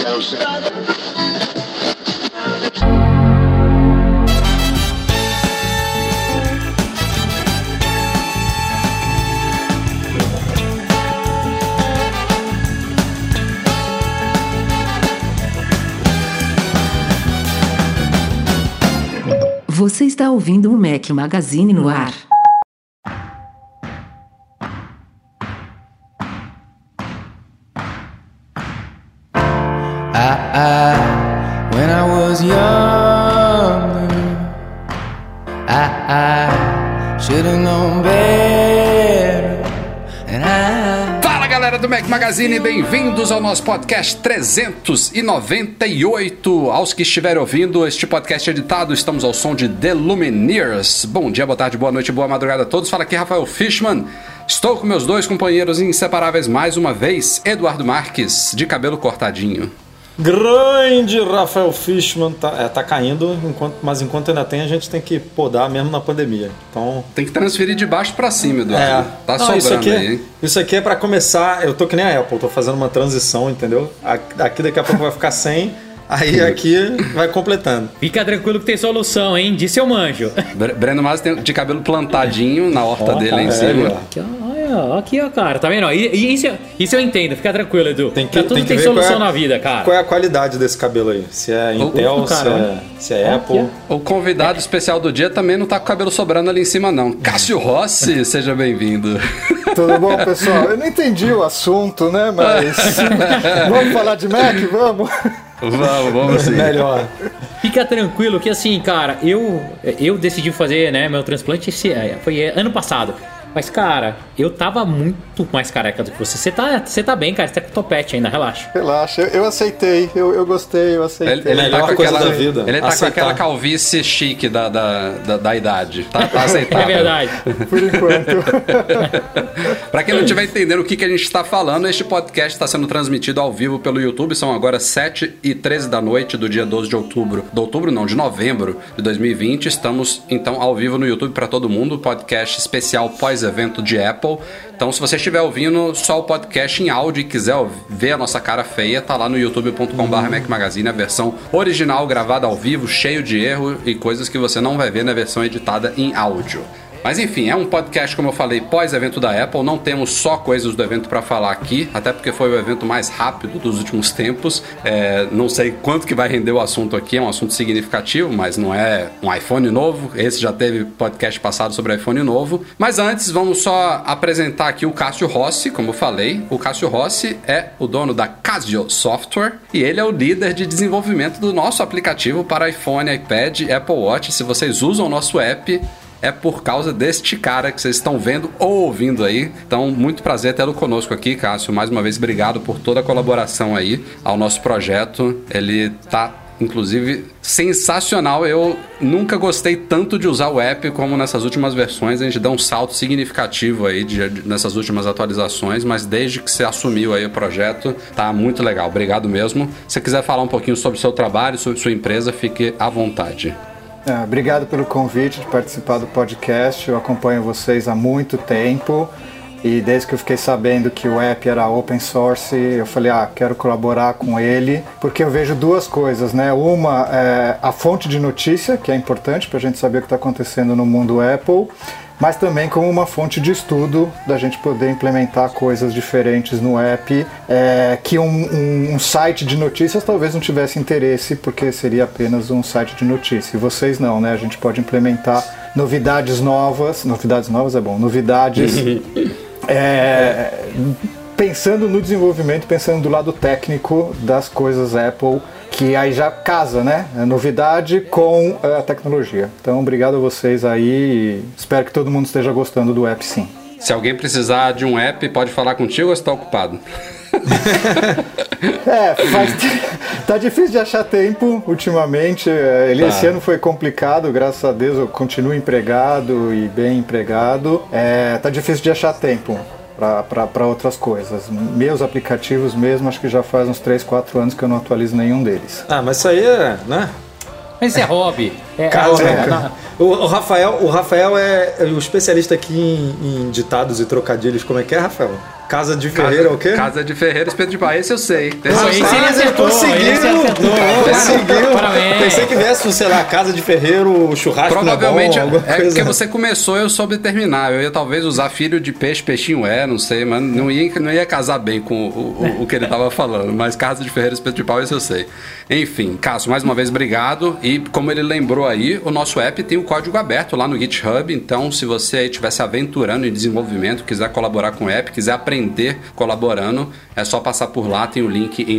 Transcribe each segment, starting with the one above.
Você está ouvindo o Mac Magazine no ar. When I was young, I should have known better. Fala galera do Mac Magazine, bem-vindos ao nosso podcast 398. Aos que estiverem ouvindo este podcast editado, estamos ao som de The Lumineers. Bom dia, boa tarde, boa noite, boa madrugada a todos. Fala aqui Rafael Fishman. Estou com meus dois companheiros inseparáveis mais uma vez, Eduardo Marques, de cabelo cortadinho. Grande Rafael Fishman, tá caindo, mas enquanto ainda tem, a gente tem que podar mesmo na pandemia. Então tem que transferir de baixo pra cima, Eduardo. Tá sobrando isso aqui, aí, hein? Isso aqui é pra começar, eu tô que nem a Apple, tô fazendo uma transição, entendeu? Aqui daqui a pouco vai ficar 100, aí aqui vai completando. Fica tranquilo que tem solução, hein? Disse eu manjo. Breno Mas tem de cabelo plantadinho na horta dele aí em cima. Aqui, ó, cara, tá vendo? Isso eu entendo, fica tranquilo, Edu. Tudo tem solução na vida, cara. Qual é a qualidade desse cabelo aí? Se é Intel, se é Apple. O convidado especial do dia também não tá com o cabelo sobrando ali em cima, não. Cássio Rossi, seja bem-vindo. Tudo bom, pessoal? Eu não entendi o assunto, né? Mas vamos falar de Mac? Vamos sim. Melhor. Fica tranquilo que assim, cara, eu decidi fazer, né, meu transplante foi ano passado. Mas, cara, eu tava muito mais careca do que você. Você tá bem, cara. Você tá com topete ainda, relaxa. Relaxa, eu aceitei. Eu gostei, eu aceitei. Ele tá com aquela da vida. Ele tá aceitar. com aquela calvície chique da idade. Tá aceitável. É verdade. Por enquanto. Pra quem não estiver entendendo o que a gente tá falando, este podcast está sendo transmitido ao vivo pelo YouTube. São agora 7h13 da noite do dia 12 de outubro. De novembro de 2020. Estamos, então, ao vivo no YouTube pra todo mundo. Podcast especial pós-evento de Apple. Então, se você estiver ouvindo só o podcast em áudio e quiser ver a nossa cara feia, tá lá no youtube.com/Mac Magazine, a versão original gravada ao vivo, cheio de erro e coisas que você não vai ver na versão editada em áudio. Mas enfim, é um podcast, como eu falei, pós-evento da Apple. Não temos só coisas do evento para falar aqui, até porque foi o evento mais rápido dos últimos tempos. Não sei quanto que vai render o assunto aqui, é um assunto significativo, mas não é um iPhone novo. Esse já teve podcast passado sobre iPhone novo. Mas antes, vamos só apresentar aqui o Cássio Rossi, como eu falei. O Cássio Rossi é o dono da Casio Software e ele é o líder de desenvolvimento do nosso aplicativo para iPhone, iPad e Apple Watch. Se vocês usam o nosso app, é por causa deste cara que vocês estão vendo ou ouvindo aí. Então, muito prazer tê-lo conosco aqui, Cássio. Mais uma vez, obrigado por toda a colaboração aí ao nosso projeto. Ele tá, inclusive, sensacional. Eu nunca gostei tanto de usar o app como nessas últimas versões. A gente dá um salto significativo aí nessas últimas atualizações, mas desde que você assumiu aí o projeto, tá muito legal. Obrigado mesmo. Se você quiser falar um pouquinho sobre o seu trabalho, sobre sua empresa, fique à vontade. Obrigado pelo convite de participar do podcast. Eu acompanho vocês há muito tempo e desde que eu fiquei sabendo que o app era open source, eu falei, quero colaborar com ele, porque eu vejo duas coisas, né? Uma é a fonte de notícia, que é importante para a gente saber o que está acontecendo no mundo Apple, mas também como uma fonte de estudo da gente poder implementar coisas diferentes no app, que um site de notícias talvez não tivesse interesse, porque seria apenas um site de notícias. E vocês não, né? A gente pode implementar novidades novas é bom, novidades pensando no desenvolvimento, pensando do lado técnico das coisas Apple, que aí já casa, né? A novidade com a tecnologia. Então, obrigado a vocês aí e espero que todo mundo esteja gostando do app, sim. Se alguém precisar de um app, pode falar contigo ou você está ocupado? Tá difícil de achar tempo ultimamente. Esse ano foi complicado, graças a Deus eu continuo empregado e bem empregado. Tá difícil de achar tempo para outras coisas. Meus aplicativos mesmo, acho que já faz uns 3, 4 anos que eu não atualizo nenhum deles. Mas isso aí é, né? Mas isso é hobby. O Rafael é o especialista aqui em ditados e trocadilhos. Como é que é, Rafael? Casa de Ferreira é o quê? Casa de Ferreira, Espeto de Pau. Esse eu sei. Esse ele acertou. Conseguiu. Parabéns. Pensei que viesse, sei lá, Casa de Ferreiro, churrasco Provavelmente na bom, é porque você começou, eu soube terminar. Eu ia talvez usar filho de peixe, peixinho não sei, mas não ia casar bem com o que ele tava falando. Mas Casa de Ferreira, Espeto de Pau, esse eu sei. Enfim, Cássio, mais uma vez, obrigado. E como ele lembrou aí, o nosso app tem o código aberto lá no GitHub. Então, se você aí estiver se aventurando em desenvolvimento, quiser colaborar com o app, quiser aprender colaborando, é só passar por lá. Tem o link em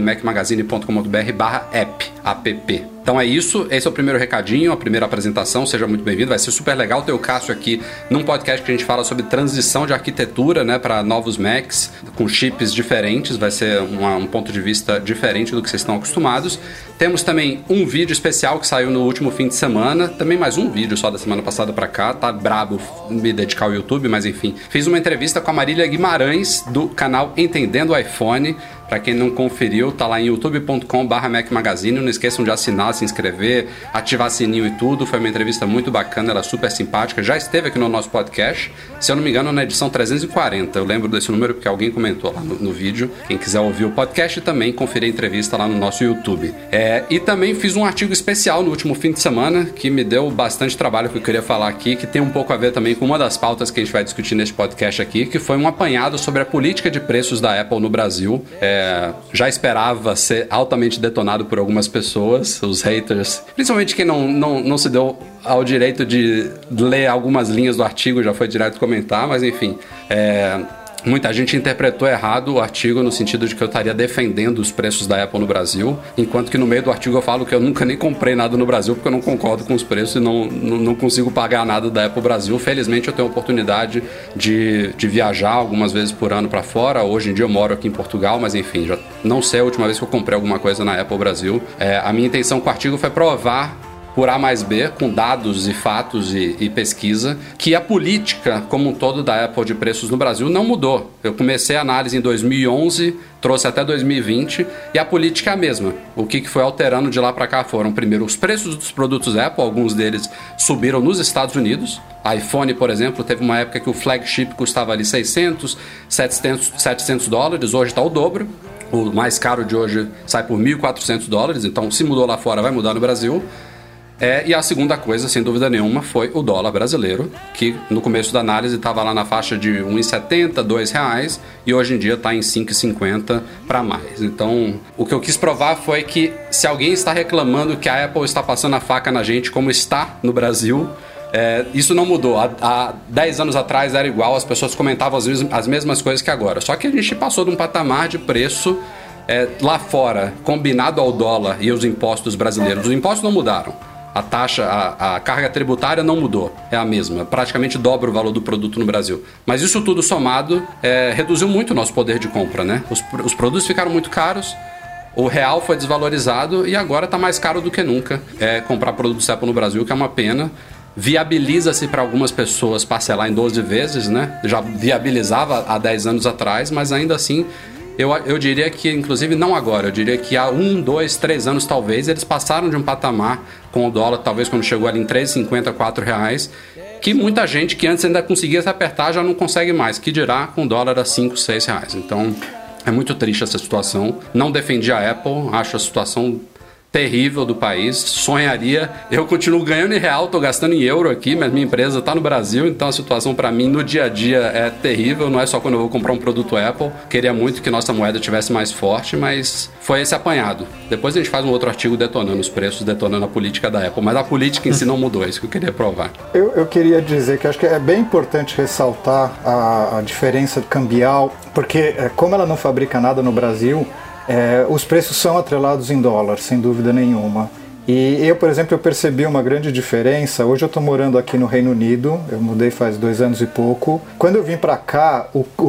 macmagazine.com.br/app. Então é isso, esse é o primeiro recadinho, a primeira apresentação, seja muito bem-vindo, vai ser super legal ter o Cássio aqui num podcast que a gente fala sobre transição de arquitetura, né, para novos Macs, com chips diferentes, vai ser um ponto de vista diferente do que vocês estão acostumados. Temos também um vídeo especial que saiu no último fim de semana, também mais um vídeo só da semana passada para cá, tá brabo me dedicar ao YouTube, mas enfim. Fiz uma entrevista com a Marília Guimarães, do canal Entendendo o iPhone. Para quem não conferiu, tá lá em youtube.com/macmagazine. Não esqueçam de assinar, se inscrever, ativar sininho e tudo. Foi uma entrevista muito bacana, ela é super simpática. Já esteve aqui no nosso podcast, se eu não me engano, na edição 340. Eu lembro desse número porque alguém comentou lá no vídeo. Quem quiser ouvir o podcast também, conferir a entrevista lá no nosso YouTube. E também fiz um artigo especial no último fim de semana, que me deu bastante trabalho, que eu queria falar aqui, que tem um pouco a ver também com uma das pautas que a gente vai discutir neste podcast aqui, que foi um apanhado sobre a política de preços da Apple no Brasil. Já esperava ser altamente detonado por algumas pessoas, os haters, principalmente quem não se deu ao direito de ler algumas linhas do artigo, já foi direto comentar, mas enfim, muita gente interpretou errado o artigo no sentido de que eu estaria defendendo os preços da Apple no Brasil, enquanto que no meio do artigo eu falo que eu nunca nem comprei nada no Brasil porque eu não concordo com os preços e não consigo pagar nada da Apple Brasil. Felizmente eu tenho a oportunidade de viajar algumas vezes por ano para fora. Hoje em dia eu moro aqui em Portugal, mas enfim, já não sei a última vez que eu comprei alguma coisa na Apple Brasil. A minha intenção com o artigo foi provar por A mais B, com dados e fatos e pesquisa, que a política como um todo da Apple de preços no Brasil não mudou. Eu comecei a análise em 2011, trouxe até 2020, e a política é a mesma. O que foi alterando de lá para cá foram, primeiro, os preços dos produtos Apple, alguns deles subiram nos Estados Unidos. iPhone, por exemplo, teve uma época que o flagship custava ali 600, 700 dólares, hoje está o dobro. O mais caro de hoje sai por 1.400 dólares, então se mudou lá fora, vai mudar no Brasil. E a segunda coisa, sem dúvida nenhuma, foi o dólar brasileiro, que no começo da análise estava lá na faixa de R$ 1,70, R$ 2,00, e hoje em dia está em R$ 5,50 para mais. Então, o que eu quis provar foi que se alguém está reclamando que a Apple está passando a faca na gente, como está no Brasil, isso não mudou. Há 10 anos atrás era igual, as pessoas comentavam as mesmas coisas que agora. Só que a gente passou de um patamar de preço lá fora, combinado ao dólar e os impostos brasileiros. Os impostos não mudaram. A taxa, a carga tributária não mudou, é a mesma, praticamente dobra o valor do produto no Brasil. Mas isso tudo somado reduziu muito o nosso poder de compra, né? Os produtos ficaram muito caros, o real foi desvalorizado e agora está mais caro do que nunca comprar produtos Apple no Brasil, que é uma pena. Viabiliza-se para algumas pessoas parcelar em 12 vezes, né? Já viabilizava há 10 anos atrás, mas ainda assim... Eu diria que, inclusive, não agora, eu diria que há 1, 2, 3 anos, talvez, eles passaram de um patamar com o dólar, talvez quando chegou ali em R$ 3,50, R$ 4,00, que muita gente que antes ainda conseguia se apertar já não consegue mais, que dirá com o dólar a R$ 5, R$ 6,00. Então, é muito triste essa situação. Não defendi a Apple, acho a situação terrível do país, sonharia, eu continuo ganhando em real, tô gastando em euro aqui, mas minha empresa tá no Brasil, então a situação para mim no dia a dia é terrível, não é só quando eu vou comprar um produto Apple, queria muito que nossa moeda tivesse mais forte, mas foi esse apanhado. Depois a gente faz um outro artigo detonando os preços, detonando a política da Apple, mas a política em si não mudou, é isso que eu queria provar. Eu queria dizer que acho que é bem importante ressaltar a diferença cambial, porque como ela não fabrica nada no Brasil, os preços são atrelados em dólar, sem dúvida nenhuma. E eu, por exemplo, eu percebi uma grande diferença. Hoje eu estou morando aqui no Reino Unido, eu mudei faz 2 anos e pouco. Quando eu vim para cá,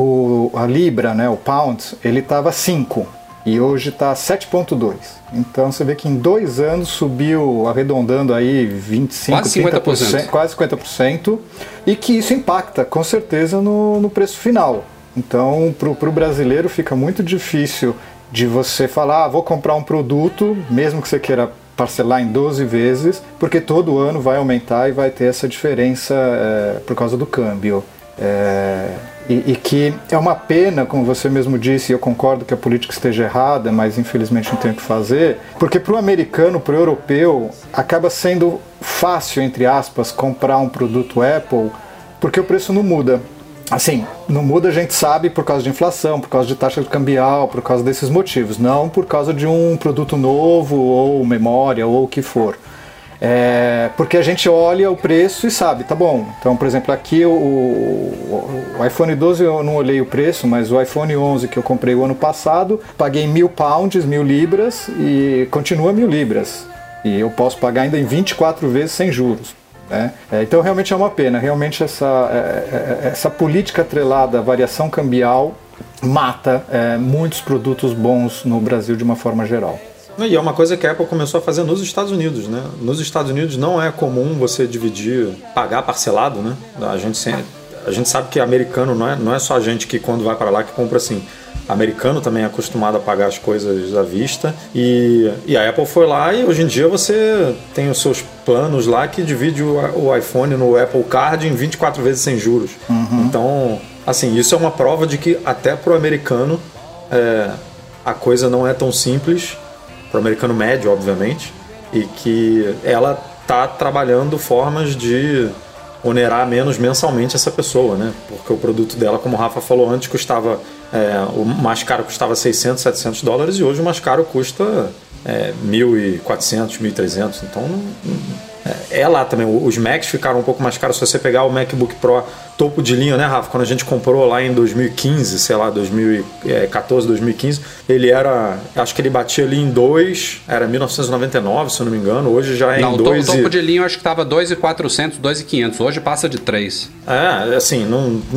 a Libra, né, o Pound, ele estava 5 e hoje está 7,2. Então você vê que em 2 anos subiu, arredondando aí 25%, quase 30%, quase 50%, e que isso impacta com certeza no preço final. Então para o brasileiro fica muito difícil de você falar, vou comprar um produto, mesmo que você queira parcelar em 12 vezes, porque todo ano vai aumentar e vai ter essa diferença por causa do câmbio. E que é uma pena, como você mesmo disse, e eu concordo que a política esteja errada, mas infelizmente não tem o que fazer, porque para o americano, para o europeu, acaba sendo fácil, entre aspas, comprar um produto Apple, porque o preço não muda. Assim, não muda, a gente sabe, por causa de inflação, por causa de taxa de cambial, por causa desses motivos, não por causa de um produto novo, ou memória, ou o que for. Porque a gente olha o preço e sabe, tá bom. Então, por exemplo, aqui o iPhone 12 eu não olhei o preço, mas o iPhone 11 que eu comprei o ano passado, paguei 1.000 pounds, 1.000 libras, e continua 1.000 libras. E eu posso pagar ainda em 24 vezes sem juros. Né? Então realmente é uma pena. Realmente essa política atrelada à variação cambial mata muitos produtos bons no Brasil de uma forma geral. E é uma coisa que a Apple começou a fazer nos Estados Unidos, né? Nos Estados Unidos não é comum você dividir, pagar parcelado, né? A gente sabe que americano não é só a gente que quando vai para lá que compra assim. Americano também é acostumado a pagar as coisas à vista e a Apple foi lá e hoje em dia você tem os seus planos lá que divide o iPhone no Apple Card em 24 vezes sem juros. Então, assim, isso é uma prova de que até pro americano a coisa não é tão simples, pro americano médio, obviamente, e que ela tá trabalhando formas de onerar menos mensalmente essa pessoa, né? Porque o produto dela, como o Rafa falou antes, custava o mais caro custava $600, $700 e hoje o mais caro custa 1.400, 1.300. Então lá também os Macs ficaram um pouco mais caros. Se você pegar o MacBook Pro topo de linha, né, Rafa? Quando a gente comprou lá em 2015, sei lá, 2014, 2015, ele era, acho que ele batia ali em 2, era 1999, se eu não me engano. Hoje já é em 2. O topo de linha eu acho que estava 2.400, 2.500. Hoje passa de 3. Assim,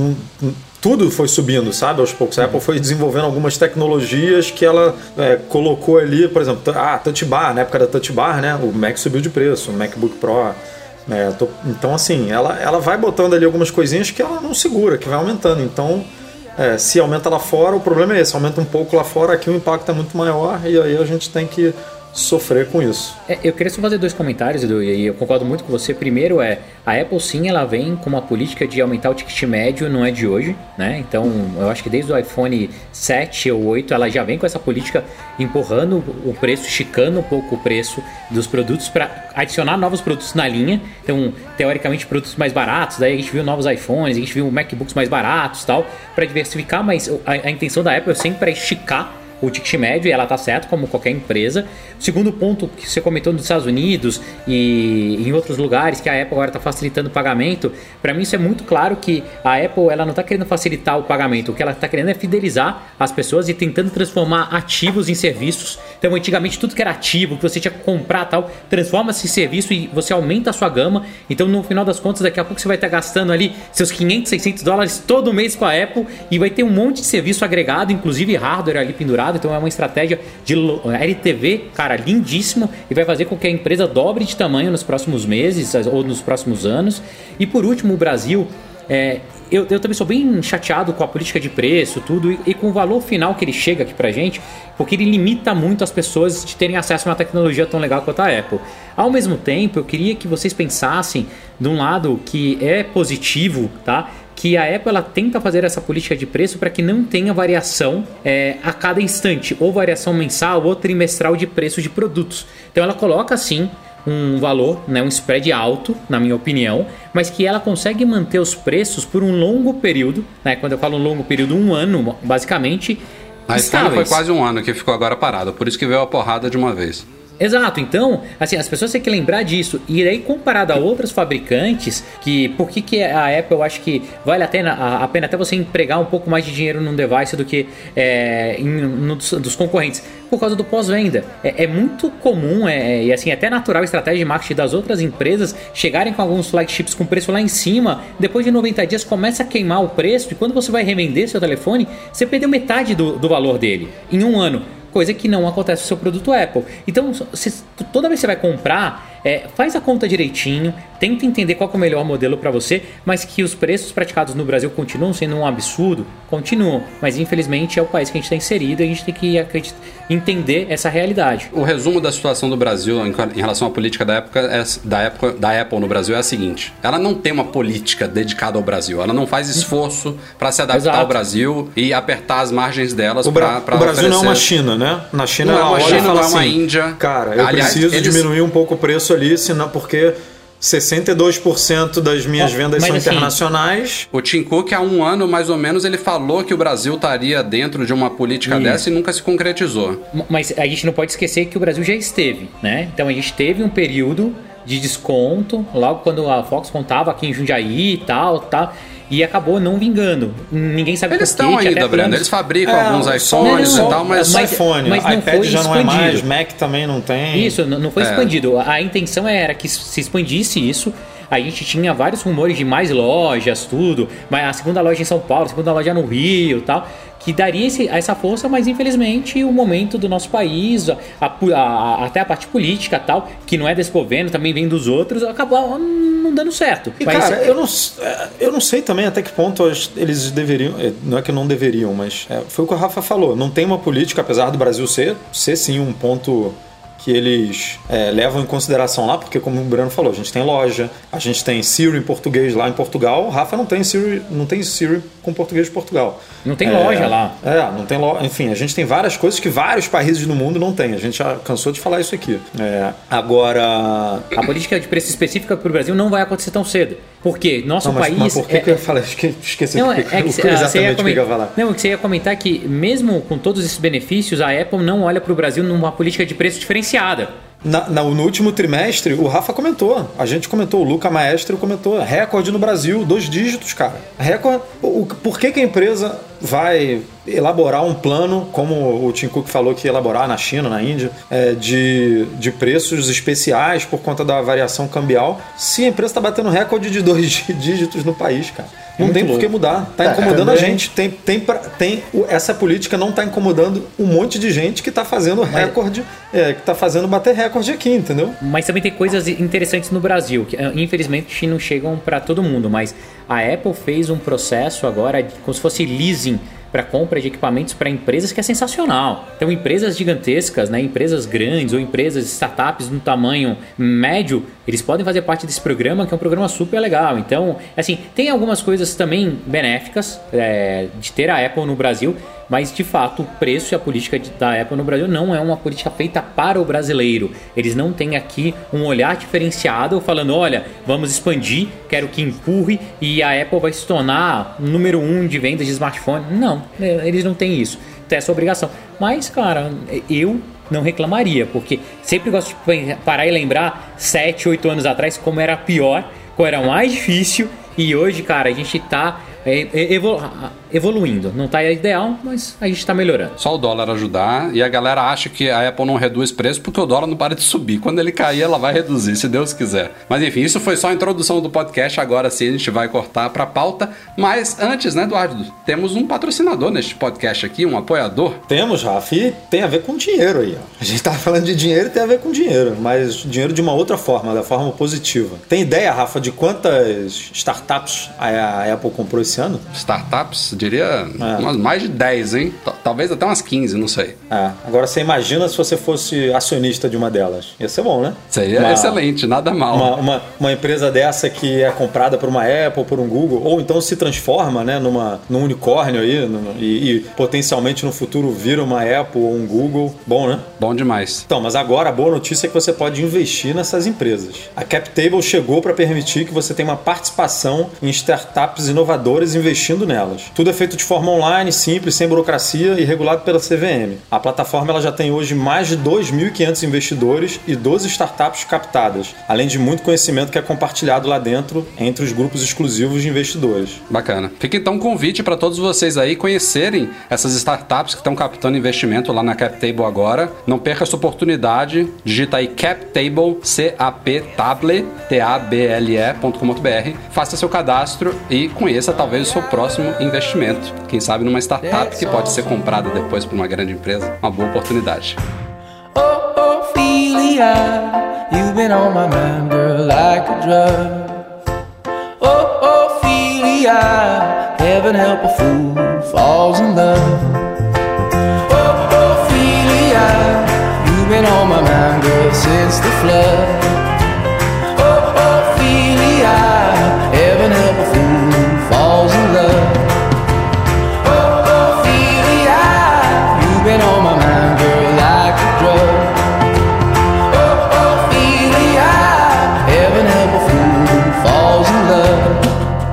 tudo foi subindo, sabe, aos poucos. A Apple foi desenvolvendo algumas tecnologias que ela colocou ali, por exemplo, Touch Bar, na época da Touch Bar, né, o Mac subiu de preço, o MacBook Pro. Então, assim, ela vai botando ali algumas coisinhas que ela não segura, que vai aumentando. Então, se aumenta lá fora, o problema é esse, aumenta um pouco lá fora, aqui o impacto é muito maior e aí a gente tem que sofrer com isso. Eu queria só fazer dois comentários, Edu, e eu concordo muito com você. Primeiro a Apple sim, ela vem com uma política de aumentar o ticket médio, não é de hoje, né? Então eu acho que desde o iPhone 7 ou 8 ela já vem com essa política empurrando o preço, esticando um pouco o preço dos produtos para adicionar novos produtos na linha. Então, teoricamente, produtos mais baratos, daí a gente viu novos iPhones, a gente viu MacBooks mais baratos, tal, para diversificar, mas a intenção da Apple sempre é esticar o ticket médio, e ela tá certo, como qualquer empresa. O segundo ponto que você comentou nos Estados Unidos e em outros lugares, que a Apple agora está facilitando o pagamento, para mim isso é muito claro que a Apple ela não está querendo facilitar o pagamento, o que ela está querendo é fidelizar as pessoas e tentando transformar ativos em serviços. Então, antigamente, tudo que era ativo, que você tinha que comprar tal, transforma-se em serviço e você aumenta a sua gama. Então, no final das contas, daqui a pouco você vai estar gastando ali seus $500, $600 todo mês com a Apple e vai ter um monte de serviço agregado, inclusive hardware ali pendurado. Então é uma estratégia de LTV, cara, lindíssimo, e vai fazer com que a empresa dobre de tamanho nos próximos meses ou nos próximos anos. E por último, o Brasil, eu também sou bem chateado com a política de preço, tudo, e com o valor final que ele chega aqui pra gente, porque ele limita muito as pessoas de terem acesso a uma tecnologia tão legal quanto a Apple. Ao mesmo tempo, eu queria que vocês pensassem de um lado que é positivo, tá? Que a Apple ela tenta fazer essa política de preço para que não tenha variação a cada instante, ou variação mensal ou trimestral de preço de produtos. Então ela coloca sim um valor, né, um spread alto, na minha opinião, mas que ela consegue manter os preços por um longo período, né? Quando eu falo um longo período, 1 ano, basicamente, estáveis. Foi quase 1 ano que ficou agora parado, por isso que veio a porrada de uma vez. Exato, então, assim, as pessoas têm que lembrar disso. E aí, comparado a outros fabricantes, por que a Apple, eu acho que vale a pena até você empregar um pouco mais de dinheiro num device do que dos concorrentes? Por causa do pós-venda. É muito comum, e assim, até natural a estratégia de marketing das outras empresas chegarem com alguns flagships com preço lá em cima, depois de 90 dias começa a queimar o preço, e quando você vai revender seu telefone, você perdeu metade do valor dele em 1 ano. Coisa que não acontece no seu produto Apple. Então, toda vez que você vai comprar, faz a conta direitinho, tenta entender qual que é o melhor modelo para você, mas que os preços praticados no Brasil continuam sendo um absurdo, continuam. Mas infelizmente é o país que a gente está inserido e a gente tem que entender essa realidade. O resumo da situação do Brasil em relação à política da Apple no Brasil é a seguinte: ela não tem uma política dedicada ao Brasil, ela não faz esforço para se adaptar ao Brasil e apertar as margens delas para o Brasil não é uma China, né? Na China não é uma China, não é uma assim, Índia. Cara, eu preciso diminuir um pouco o preço ali, senão porque 62% das minhas vendas são internacionais. O Tim Cook, há um ano mais ou menos, ele falou que o Brasil estaria dentro de uma política dessa e nunca se concretizou. Mas a gente não pode esquecer que o Brasil já esteve, né? Então a gente teve um período de desconto, logo quando a Foxconn estava aqui em Jundiaí e tal, e acabou não vingando. Ninguém sabe eles por quê. Eles estão ainda, Breno. Eles fabricam alguns iPhones e tal, mas iPhone, mas iPad já não é mais, Mac também não tem. Isso, não foi expandido. A intenção era que se expandisse isso. A gente tinha vários rumores de mais lojas, tudo. Mas a segunda loja em São Paulo, a segunda loja no Rio e tal, que daria essa força, mas infelizmente o momento do nosso país, até a parte política e tal, que não é desse governo, também vem dos outros, acabou não dando certo. E mas, cara, eu não sei também até que ponto eles deveriam, não é que não deveriam, mas foi o que o Rafa falou, não tem uma política, apesar do Brasil ser sim um ponto que eles levam em consideração lá, porque como o Breno falou, a gente tem loja, a gente tem Siri em português lá em Portugal, o Rafa não tem Siri com português de Portugal. Não tem loja lá. Não tem loja. Enfim, a gente tem várias coisas que vários países no mundo não tem. A gente já cansou de falar isso aqui. Agora... A política de preço específica para o Brasil não vai acontecer tão cedo. Porque nosso país... Mas por que eu ia falar? Esqueci exatamente o que eu ia falar. Não, o que você ia comentar é que mesmo com todos esses benefícios, a Apple não olha para o Brasil numa política de preço diferenciada. No último trimestre, o Rafa comentou, a gente comentou, o Luca Maestro comentou, recorde no Brasil, 2 dígitos, cara. Recorde. Por que a empresa vai elaborar um plano, como o Tim Cook falou que ia elaborar na China, na Índia, de preços especiais por conta da variação cambial, se a empresa está batendo recorde de 2 dígitos no país, cara? Não tem por que mudar. Está incomodando a gente. Essa política não está incomodando um monte de gente que está fazendo recorde, que está fazendo bater recorde aqui, entendeu? Mas também tem coisas interessantes no Brasil, que infelizmente não chegam para todo mundo, mas a Apple fez um processo agora como se fosse leasing para compra de equipamentos para empresas que é sensacional. Então empresas gigantescas, né, empresas grandes ou empresas, startups no tamanho médio, eles podem fazer parte desse programa, que é um programa super legal. Então, assim, tem algumas coisas também benéficas de ter a Apple no Brasil, mas de fato o preço e a política da Apple no Brasil não é uma política feita para o brasileiro. Eles não têm aqui um olhar diferenciado falando, olha, vamos expandir, quero que empurre e a Apple vai se tornar o número 1 de vendas de smartphone. Não, eles não têm isso. Tem essa obrigação. Mas, cara, eu não reclamaria, porque sempre gosto de parar e lembrar 7, 8 anos atrás como era pior, como era mais difícil, e hoje, cara, a gente tá evoluindo. Não tá ideal, mas a gente tá melhorando. Só o dólar ajudar, e a galera acha que a Apple não reduz preço porque o dólar não para de subir. Quando ele cair, ela vai reduzir, se Deus quiser. Mas enfim, isso foi só a introdução do podcast. Agora sim a gente vai cortar pra pauta. Mas antes, né, Eduardo? Temos um patrocinador neste podcast aqui, um apoiador. Temos, Rafa, e tem a ver com dinheiro aí, ó. A gente tava falando de dinheiro e tem a ver com dinheiro, mas dinheiro de uma outra forma, da forma positiva. Tem ideia, Rafa, de quantas startups a Apple comprou esse ano? Startups, diria umas mais de 10, hein? Talvez até umas 15, não sei. Agora você imagina se você fosse acionista de uma delas. Ia ser bom, né? Seria excelente, nada mal. Uma empresa dessa que é comprada por uma Apple, por um Google, ou então se transforma, né, num unicórnio aí, e potencialmente no futuro vira uma Apple ou um Google. Bom, né? Bom demais. Então, mas agora a boa notícia é que você pode investir nessas empresas. A CapTable chegou para permitir que você tenha uma participação em startups inovadoras investindo nelas. Tudo é feito de forma online, simples, sem burocracia e regulado pela CVM. A plataforma ela já tem hoje mais de 2.500 investidores e 12 startups captadas, além de muito conhecimento que é compartilhado lá dentro entre os grupos exclusivos de investidores. Bacana. Fica então um convite para todos vocês aí conhecerem essas startups que estão captando investimento lá na CapTable agora. Não perca essa oportunidade. Digita aí CapTable, CapTable.com.br. Faça seu cadastro e conheça talvez o seu próximo investimento. Quem sabe numa startup que pode ser comprada depois por uma grande empresa. Uma boa oportunidade. Oh, Ophelia, you been on my mind, girl, like a drug. Oh, Ophelia, heaven help a fool who falls in love. Oh, Ophelia, you've been on my mind, girl, since the flood. Oh, Ophelia, heaven help a fool who falls in love. Oh, Ophelia, you've been on my mind, girl, like a drug. Oh, Ophelia, heaven help a fool who falls in love.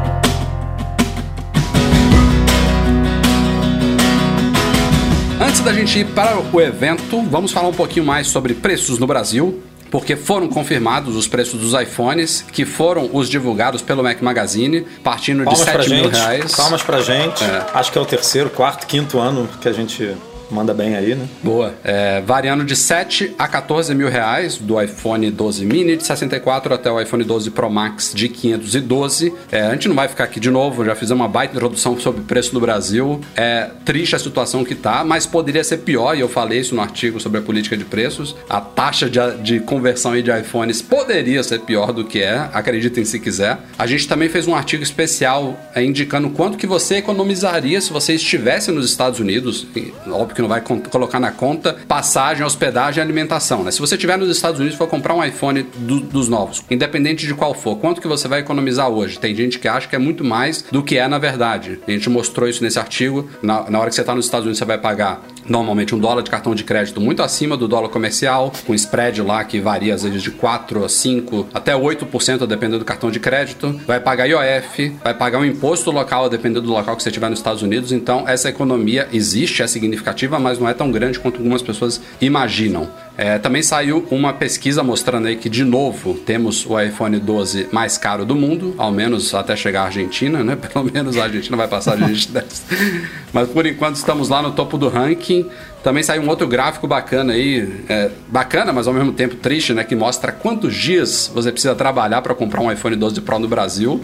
Antes da gente ir para o evento, vamos falar um pouquinho mais sobre preços no Brasil, porque foram confirmados os preços dos iPhones, que foram os divulgados pelo Mac Magazine, partindo de R$7 mil. Palmas pra gente. Acho que é o terceiro, quarto, quinto ano que a gente manda bem aí, né? Boa. Variando de 7 a 14 mil reais, do iPhone 12 mini de 64 até o iPhone 12 Pro Max de 512. A gente não vai ficar aqui de novo, já fizemos uma baita introdução sobre o preço no Brasil. É triste a situação que tá, mas poderia ser pior, e eu falei isso no artigo sobre a política de preços. A taxa de conversão aí de iPhones poderia ser pior do que é, acreditem se quiser. A gente também fez um artigo especial indicando quanto que você economizaria se você estivesse nos Estados Unidos. Óbvio que não vai colocar na conta passagem, hospedagem e alimentação, né? Se você estiver nos Estados Unidos e for comprar um iPhone dos novos, independente de qual for, quanto que você vai economizar hoje? Tem gente que acha que é muito mais do que é na verdade. A gente mostrou isso nesse artigo. Na hora que você está nos Estados Unidos, você vai pagar normalmente $1 de cartão de crédito muito acima do dólar comercial, com spread lá que varia às vezes de 4% a 5%, até 8% dependendo do cartão de crédito. Vai pagar IOF, vai pagar um imposto local dependendo do local que você estiver nos Estados Unidos. Então essa economia existe, é significativa, mas não é tão grande quanto algumas pessoas imaginam. Também saiu uma pesquisa mostrando aí que, de novo, temos o iPhone 12 mais caro do mundo, ao menos até chegar à Argentina, né? Pelo menos a Argentina vai passar de gente dessa. Mas por enquanto estamos lá no topo do ranking. Também saiu um outro gráfico bacana aí, bacana, mas ao mesmo tempo triste, né? Que mostra quantos dias você precisa trabalhar para comprar um iPhone 12 Pro no Brasil.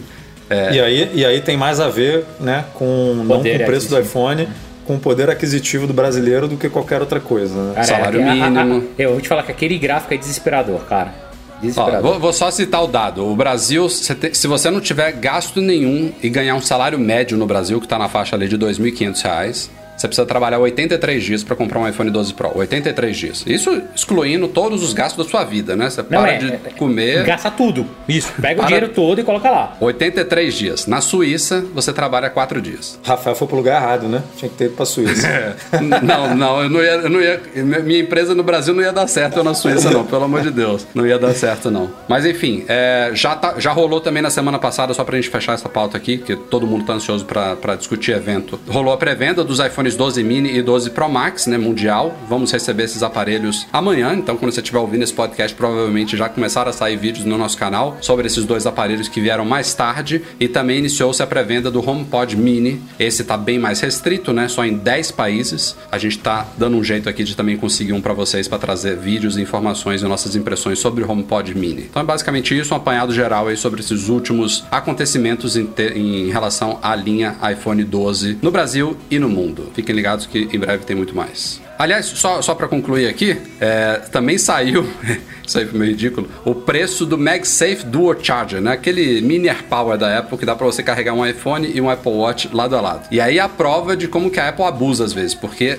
E aí tem mais a ver, né, não com o preço do iPhone, com o poder aquisitivo do brasileiro do que qualquer outra coisa, né? Cara, salário mínimo. Eu vou te falar que aquele gráfico é desesperador, cara. Desesperador. Vou só citar o dado. O Brasil, se você não tiver gasto nenhum e ganhar um salário médio no Brasil, que está na faixa ali de R$2.500, você precisa trabalhar 83 dias para comprar um iPhone 12 Pro. 83 dias. Isso excluindo todos os gastos da sua vida, né? Você para de comer... Gasta tudo. Isso. Pega o dinheiro todo e coloca lá. 83 dias. Na Suíça, você trabalha 4 dias. Rafael foi pro lugar errado, né? Tinha que ter ido pra Suíça. Não, eu não ia... Minha empresa no Brasil não ia dar certo, eu na Suíça não, pelo amor de Deus. Não ia dar certo, não. Mas enfim, já rolou também na semana passada, só pra gente fechar essa pauta aqui, que todo mundo tá ansioso pra discutir evento. Rolou a pré-venda dos iPhones 12 mini e 12 Pro Max, né, mundial. Vamos receber esses aparelhos amanhã, então quando você estiver ouvindo esse podcast, provavelmente já começaram a sair vídeos no nosso canal sobre esses dois aparelhos que vieram mais tarde, e também iniciou-se a pré-venda do HomePod Mini. Esse tá bem mais restrito, né, só em 10 países. A gente tá dando um jeito aqui de também conseguir um para vocês, para trazer vídeos e informações e nossas impressões sobre o HomePod Mini. Então é basicamente isso, um apanhado geral aí sobre esses últimos acontecimentos em relação à linha iPhone 12 no Brasil e no mundo. Fiquem ligados que em breve tem muito mais. Aliás, só para concluir aqui, também saiu, isso aí foi meio ridículo, o preço do MagSafe Dual Charger, né? Aquele mini AirPower da Apple que dá para você carregar um iPhone e um Apple Watch lado a lado. E aí a prova de como que a Apple abusa às vezes, porque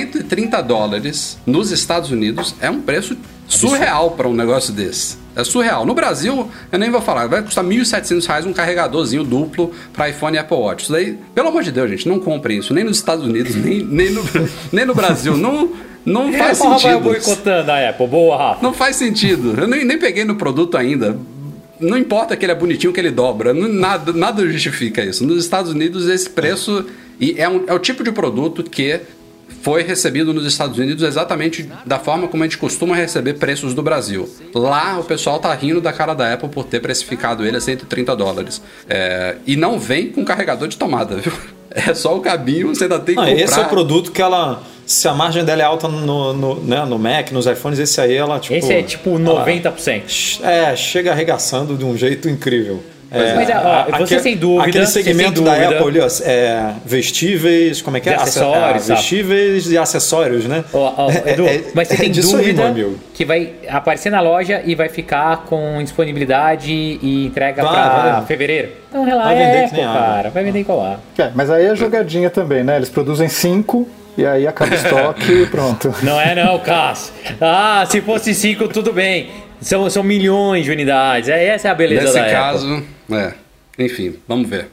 $130 nos Estados Unidos é um preço surreal para um negócio desse. É surreal. No Brasil, eu nem vou falar, vai custar R$1.700 um carregadorzinho duplo para iPhone e Apple Watch. Isso daí, pelo amor de Deus, gente, não comprem isso. Nem nos Estados Unidos, nem no Brasil. Não faz sentido. Rafael boicotando a Apple. Boa, Rafa. Não faz sentido. Eu nem peguei no produto ainda. Não importa que ele é bonitinho, que ele dobra. Nada justifica isso. Nos Estados Unidos, esse preço... E é o tipo de produto que foi recebido nos Estados Unidos exatamente da forma como a gente costuma receber preços do Brasil. Lá o pessoal tá rindo da cara da Apple por ter precificado ele a $130. E não vem com carregador de tomada, viu? É só o cabinho, você ainda tem que comprar. Esse é o produto que ela... Se a margem dela é alta no Mac, nos iPhones, esse aí ela tipo... Esse é tipo 90%. Chega arregaçando de um jeito incrível. você sem dúvida... Aquele segmento sem da dúvida, Apple ali, ó, vestíveis, como é que é? Acessórios, vestíveis e acessórios, né? Edu, mas você tem disso dúvida aí, meu amigo. que vai aparecer na loja e vai ficar com disponibilidade e entrega Vai. pra fevereiro? Então Vai vender que nem água. cara. Vai vender igual lá. Mas aí é jogadinha também, né? Eles produzem 5 e aí acaba o estoque e pronto. Não é não, Cássio. Se fosse 5, tudo bem. São milhões de unidades. Essa é a beleza Nesse da Apple. caso, enfim, vamos ver.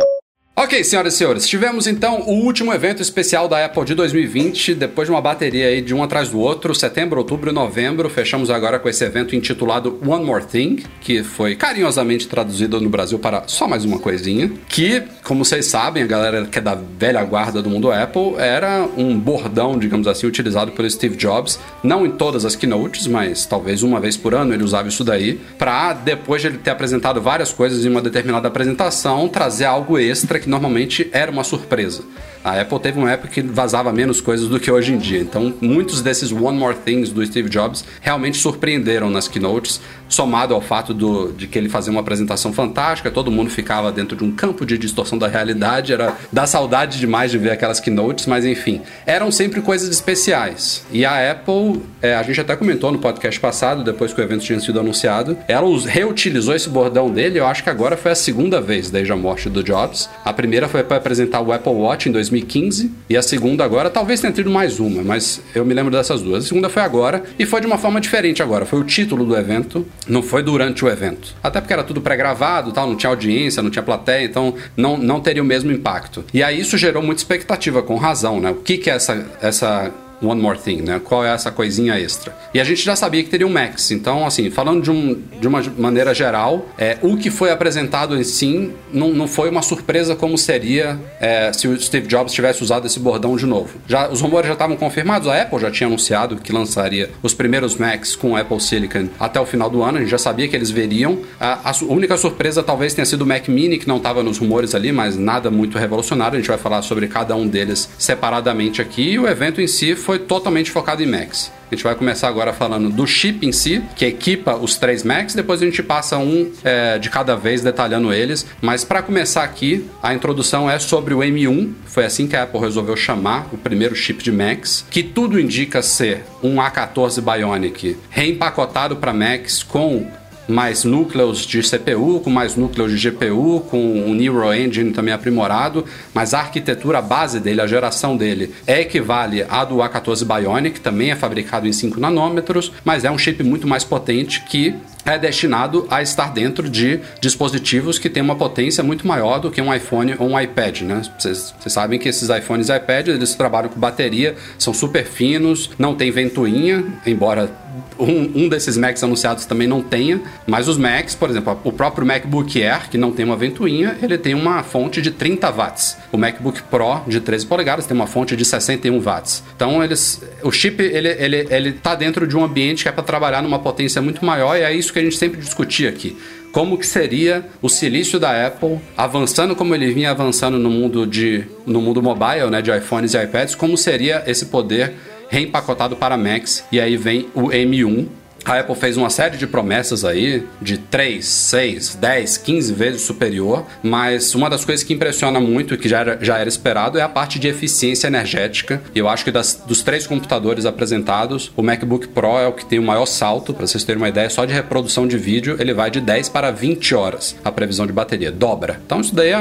Ok, senhoras e senhores, tivemos então o último evento especial da Apple de 2020, depois de uma bateria aí de um atrás do outro, setembro, outubro e novembro, fechamos agora com esse evento intitulado One More Thing, que foi carinhosamente traduzido no Brasil para só mais uma coisinha, que, como vocês sabem, a galera que é da velha guarda do mundo Apple, era um bordão, digamos assim, utilizado pelo Steve Jobs, não em todas as keynotes, mas talvez uma vez por ano ele usava isso daí, para depois de ele ter apresentado várias coisas em uma determinada apresentação, trazer algo extra que normalmente era uma surpresa. A Apple teve uma época que vazava menos coisas do que hoje em dia. Então, muitos desses One More Things do Steve Jobs realmente surpreenderam nas keynotes, somado ao fato de que ele fazia uma apresentação fantástica, todo mundo ficava dentro de um campo de distorção da realidade, dá saudade demais de ver aquelas keynotes, mas enfim, eram sempre coisas especiais. E a Apple, a gente até comentou no podcast passado, depois que o evento tinha sido anunciado, ela reutilizou esse bordão dele, eu acho que agora foi a segunda vez desde a morte do Jobs. A primeira foi para apresentar o Apple Watch em 2015, e a segunda agora, talvez tenha tido mais uma, mas eu me lembro dessas duas. A segunda foi agora, e foi de uma forma diferente agora, foi o título do evento, não foi durante o evento. Até porque era tudo pré-gravado, tal, não tinha audiência, não tinha plateia, então não teria o mesmo impacto. E aí isso gerou muita expectativa, com razão, né? O que é essa One More Thing, né? Qual é essa coisinha extra? E a gente já sabia que teria um Max. Então, assim, falando de uma maneira geral, o que foi apresentado em si não foi uma surpresa como seria se o Steve Jobs tivesse usado esse bordão de novo. Os rumores já estavam confirmados, a Apple já tinha anunciado que lançaria os primeiros Macs com o Apple Silicon até o final do ano, a gente já sabia que eles veriam. A única surpresa talvez tenha sido o Mac Mini, que não estava nos rumores ali, mas nada muito revolucionário, a gente vai falar sobre cada um deles separadamente aqui, e o evento em si foi totalmente focado em Macs. A gente vai começar agora falando do chip em si, que equipa os 3 Macs, depois a gente passa de cada vez detalhando eles, mas para começar aqui, a introdução é sobre o M1, foi assim que a Apple resolveu chamar o primeiro chip de Macs, que tudo indica ser um A14 Bionic reempacotado para Macs com mais núcleos de CPU, com mais núcleos de GPU, com um Neural Engine também aprimorado, mas a arquitetura, a base dele, a geração dele equivale à do A14 Bionic, também é fabricado em 5 nanômetros, mas é um chip muito mais potente que é destinado a estar dentro de dispositivos que têm uma potência muito maior do que um iPhone ou um iPad, né? Vocês sabem que esses iPhones e iPads, eles trabalham com bateria, são super finos, não tem ventoinha, embora um desses Macs anunciados também não tenha, mas os Macs, por exemplo, o próprio MacBook Air, que não tem uma ventoinha, ele tem uma fonte de 30 watts. O MacBook Pro de 13 polegadas tem uma fonte de 61 watts. Então, o chip, ele tá dentro de um ambiente que é para trabalhar numa potência muito maior, e é isso que a gente sempre discutia aqui. Como que seria o silício da Apple avançando como ele vinha avançando no mundo mobile, né, de iPhones e iPads, como seria esse poder reempacotado para Macs, e aí vem o M1. A Apple fez uma série de promessas aí, de 3, 6, 10, 15 vezes superior, mas uma das coisas que impressiona muito e que já era esperado é a parte de eficiência energética. Eu acho que dos 3 computadores apresentados, o MacBook Pro é o que tem o maior salto. Para vocês terem uma ideia, só de reprodução de vídeo ele vai de 10 para 20 horas, a previsão de bateria, dobra. Então isso daí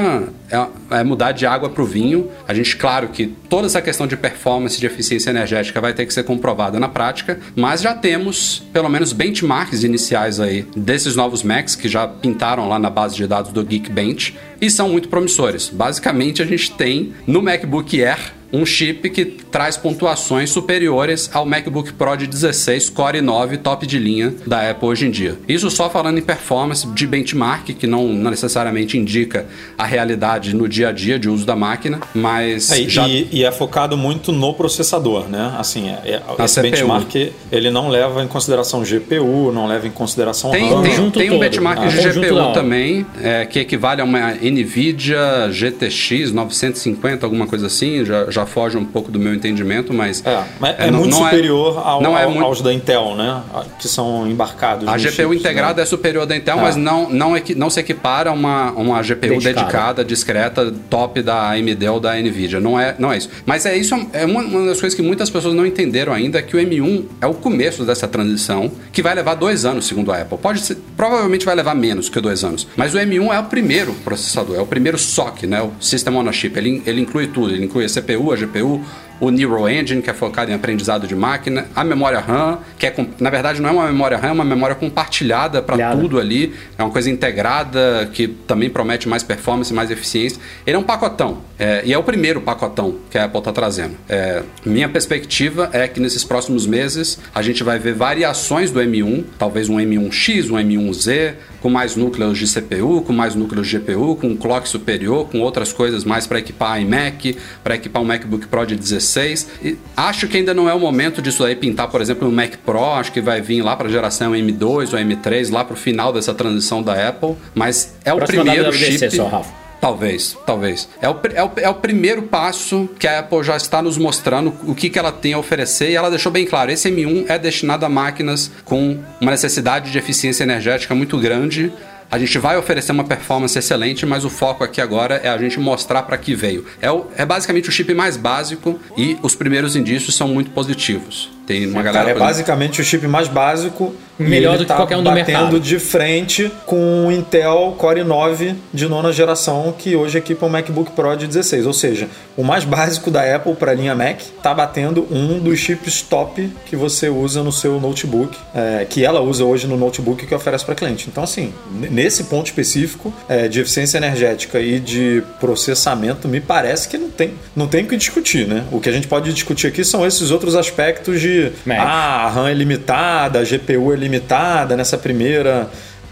é mudar de água para o vinho. A gente, claro que toda essa questão de performance, de eficiência energética vai ter que ser comprovada na prática, mas já temos, pelo menos, benchmarks iniciais aí desses novos Macs que já pintaram lá na base de dados do Geekbench e são muito promissores. Basicamente, a gente tem no MacBook Air um chip que traz pontuações superiores ao MacBook Pro de 16 Core i9 top de linha da Apple hoje em dia. Isso só falando em performance de benchmark, que não necessariamente indica a realidade no dia a dia de uso da máquina, mas... E é focado muito no processador, né? Assim, esse benchmark, ele não leva em consideração GPU, não leva em consideração RAM. Tem um benchmark de GPU também, que equivale a uma NVIDIA GTX 950, alguma coisa assim, já já foge um pouco do meu entendimento, mas... É muito superior aos da Intel, né? Que são embarcados. A GPU chips, integrada, né? É superior da Intel, mas não se equipara a uma GPU dedicada, discreta, top da AMD ou da NVIDIA. Não é isso. Mas isso é uma das coisas que muitas pessoas não entenderam ainda, que o M1 é o começo dessa transição, que vai levar 2 anos, segundo a Apple. Provavelmente vai levar menos que 2 anos. Mas o M1 é o primeiro processador, é o primeiro SoC, né? O System on a Chip. Ele inclui tudo. Ele inclui a CPU, a GPU, o Neural Engine, que é focado em aprendizado de máquina, a memória RAM, que na verdade não é uma memória RAM, é uma memória compartilhada para tudo ali, é uma coisa integrada que também promete mais performance, mais eficiência. Ele é um pacotão, e é o primeiro pacotão que a Apple está trazendo. Minha perspectiva é que nesses próximos meses a gente vai ver variações do M1, talvez um M1X, um M1Z, com mais núcleos de CPU, com mais núcleos de GPU, com um clock superior, com outras coisas mais para equipar iMac, para equipar um MacBook Pro de 16. E acho que ainda não é o momento disso aí pintar, por exemplo, no Mac Pro. Acho que vai vir lá para a geração M2 ou M3, lá para o final dessa transição da Apple. Mas é o primeiro chip... Só, Rafa. Talvez. É o primeiro passo que a Apple já está nos mostrando o que ela tem a oferecer, e ela deixou bem claro, esse M1 é destinado a máquinas com uma necessidade de eficiência energética muito grande. A gente vai oferecer uma performance excelente, mas o foco aqui agora é a gente mostrar para que veio. É basicamente o chip mais básico e os primeiros indícios são muito positivos. Tem uma galera... é basicamente o chip mais básico. Melhor do que qualquer um do mercado. Batendo de frente com o Intel Core i9 de 9ª geração, que hoje equipa um MacBook Pro de 16. Ou seja, o mais básico da Apple para a linha Mac está batendo um dos chips top que você usa no seu notebook, que ela usa hoje no notebook que oferece para cliente. Então, assim, nesse ponto específico de eficiência energética e de processamento, me parece que não tem o que discutir, né? O que a gente pode discutir aqui são esses outros aspectos de a RAM é limitada, a GPU é limitada nessa primeira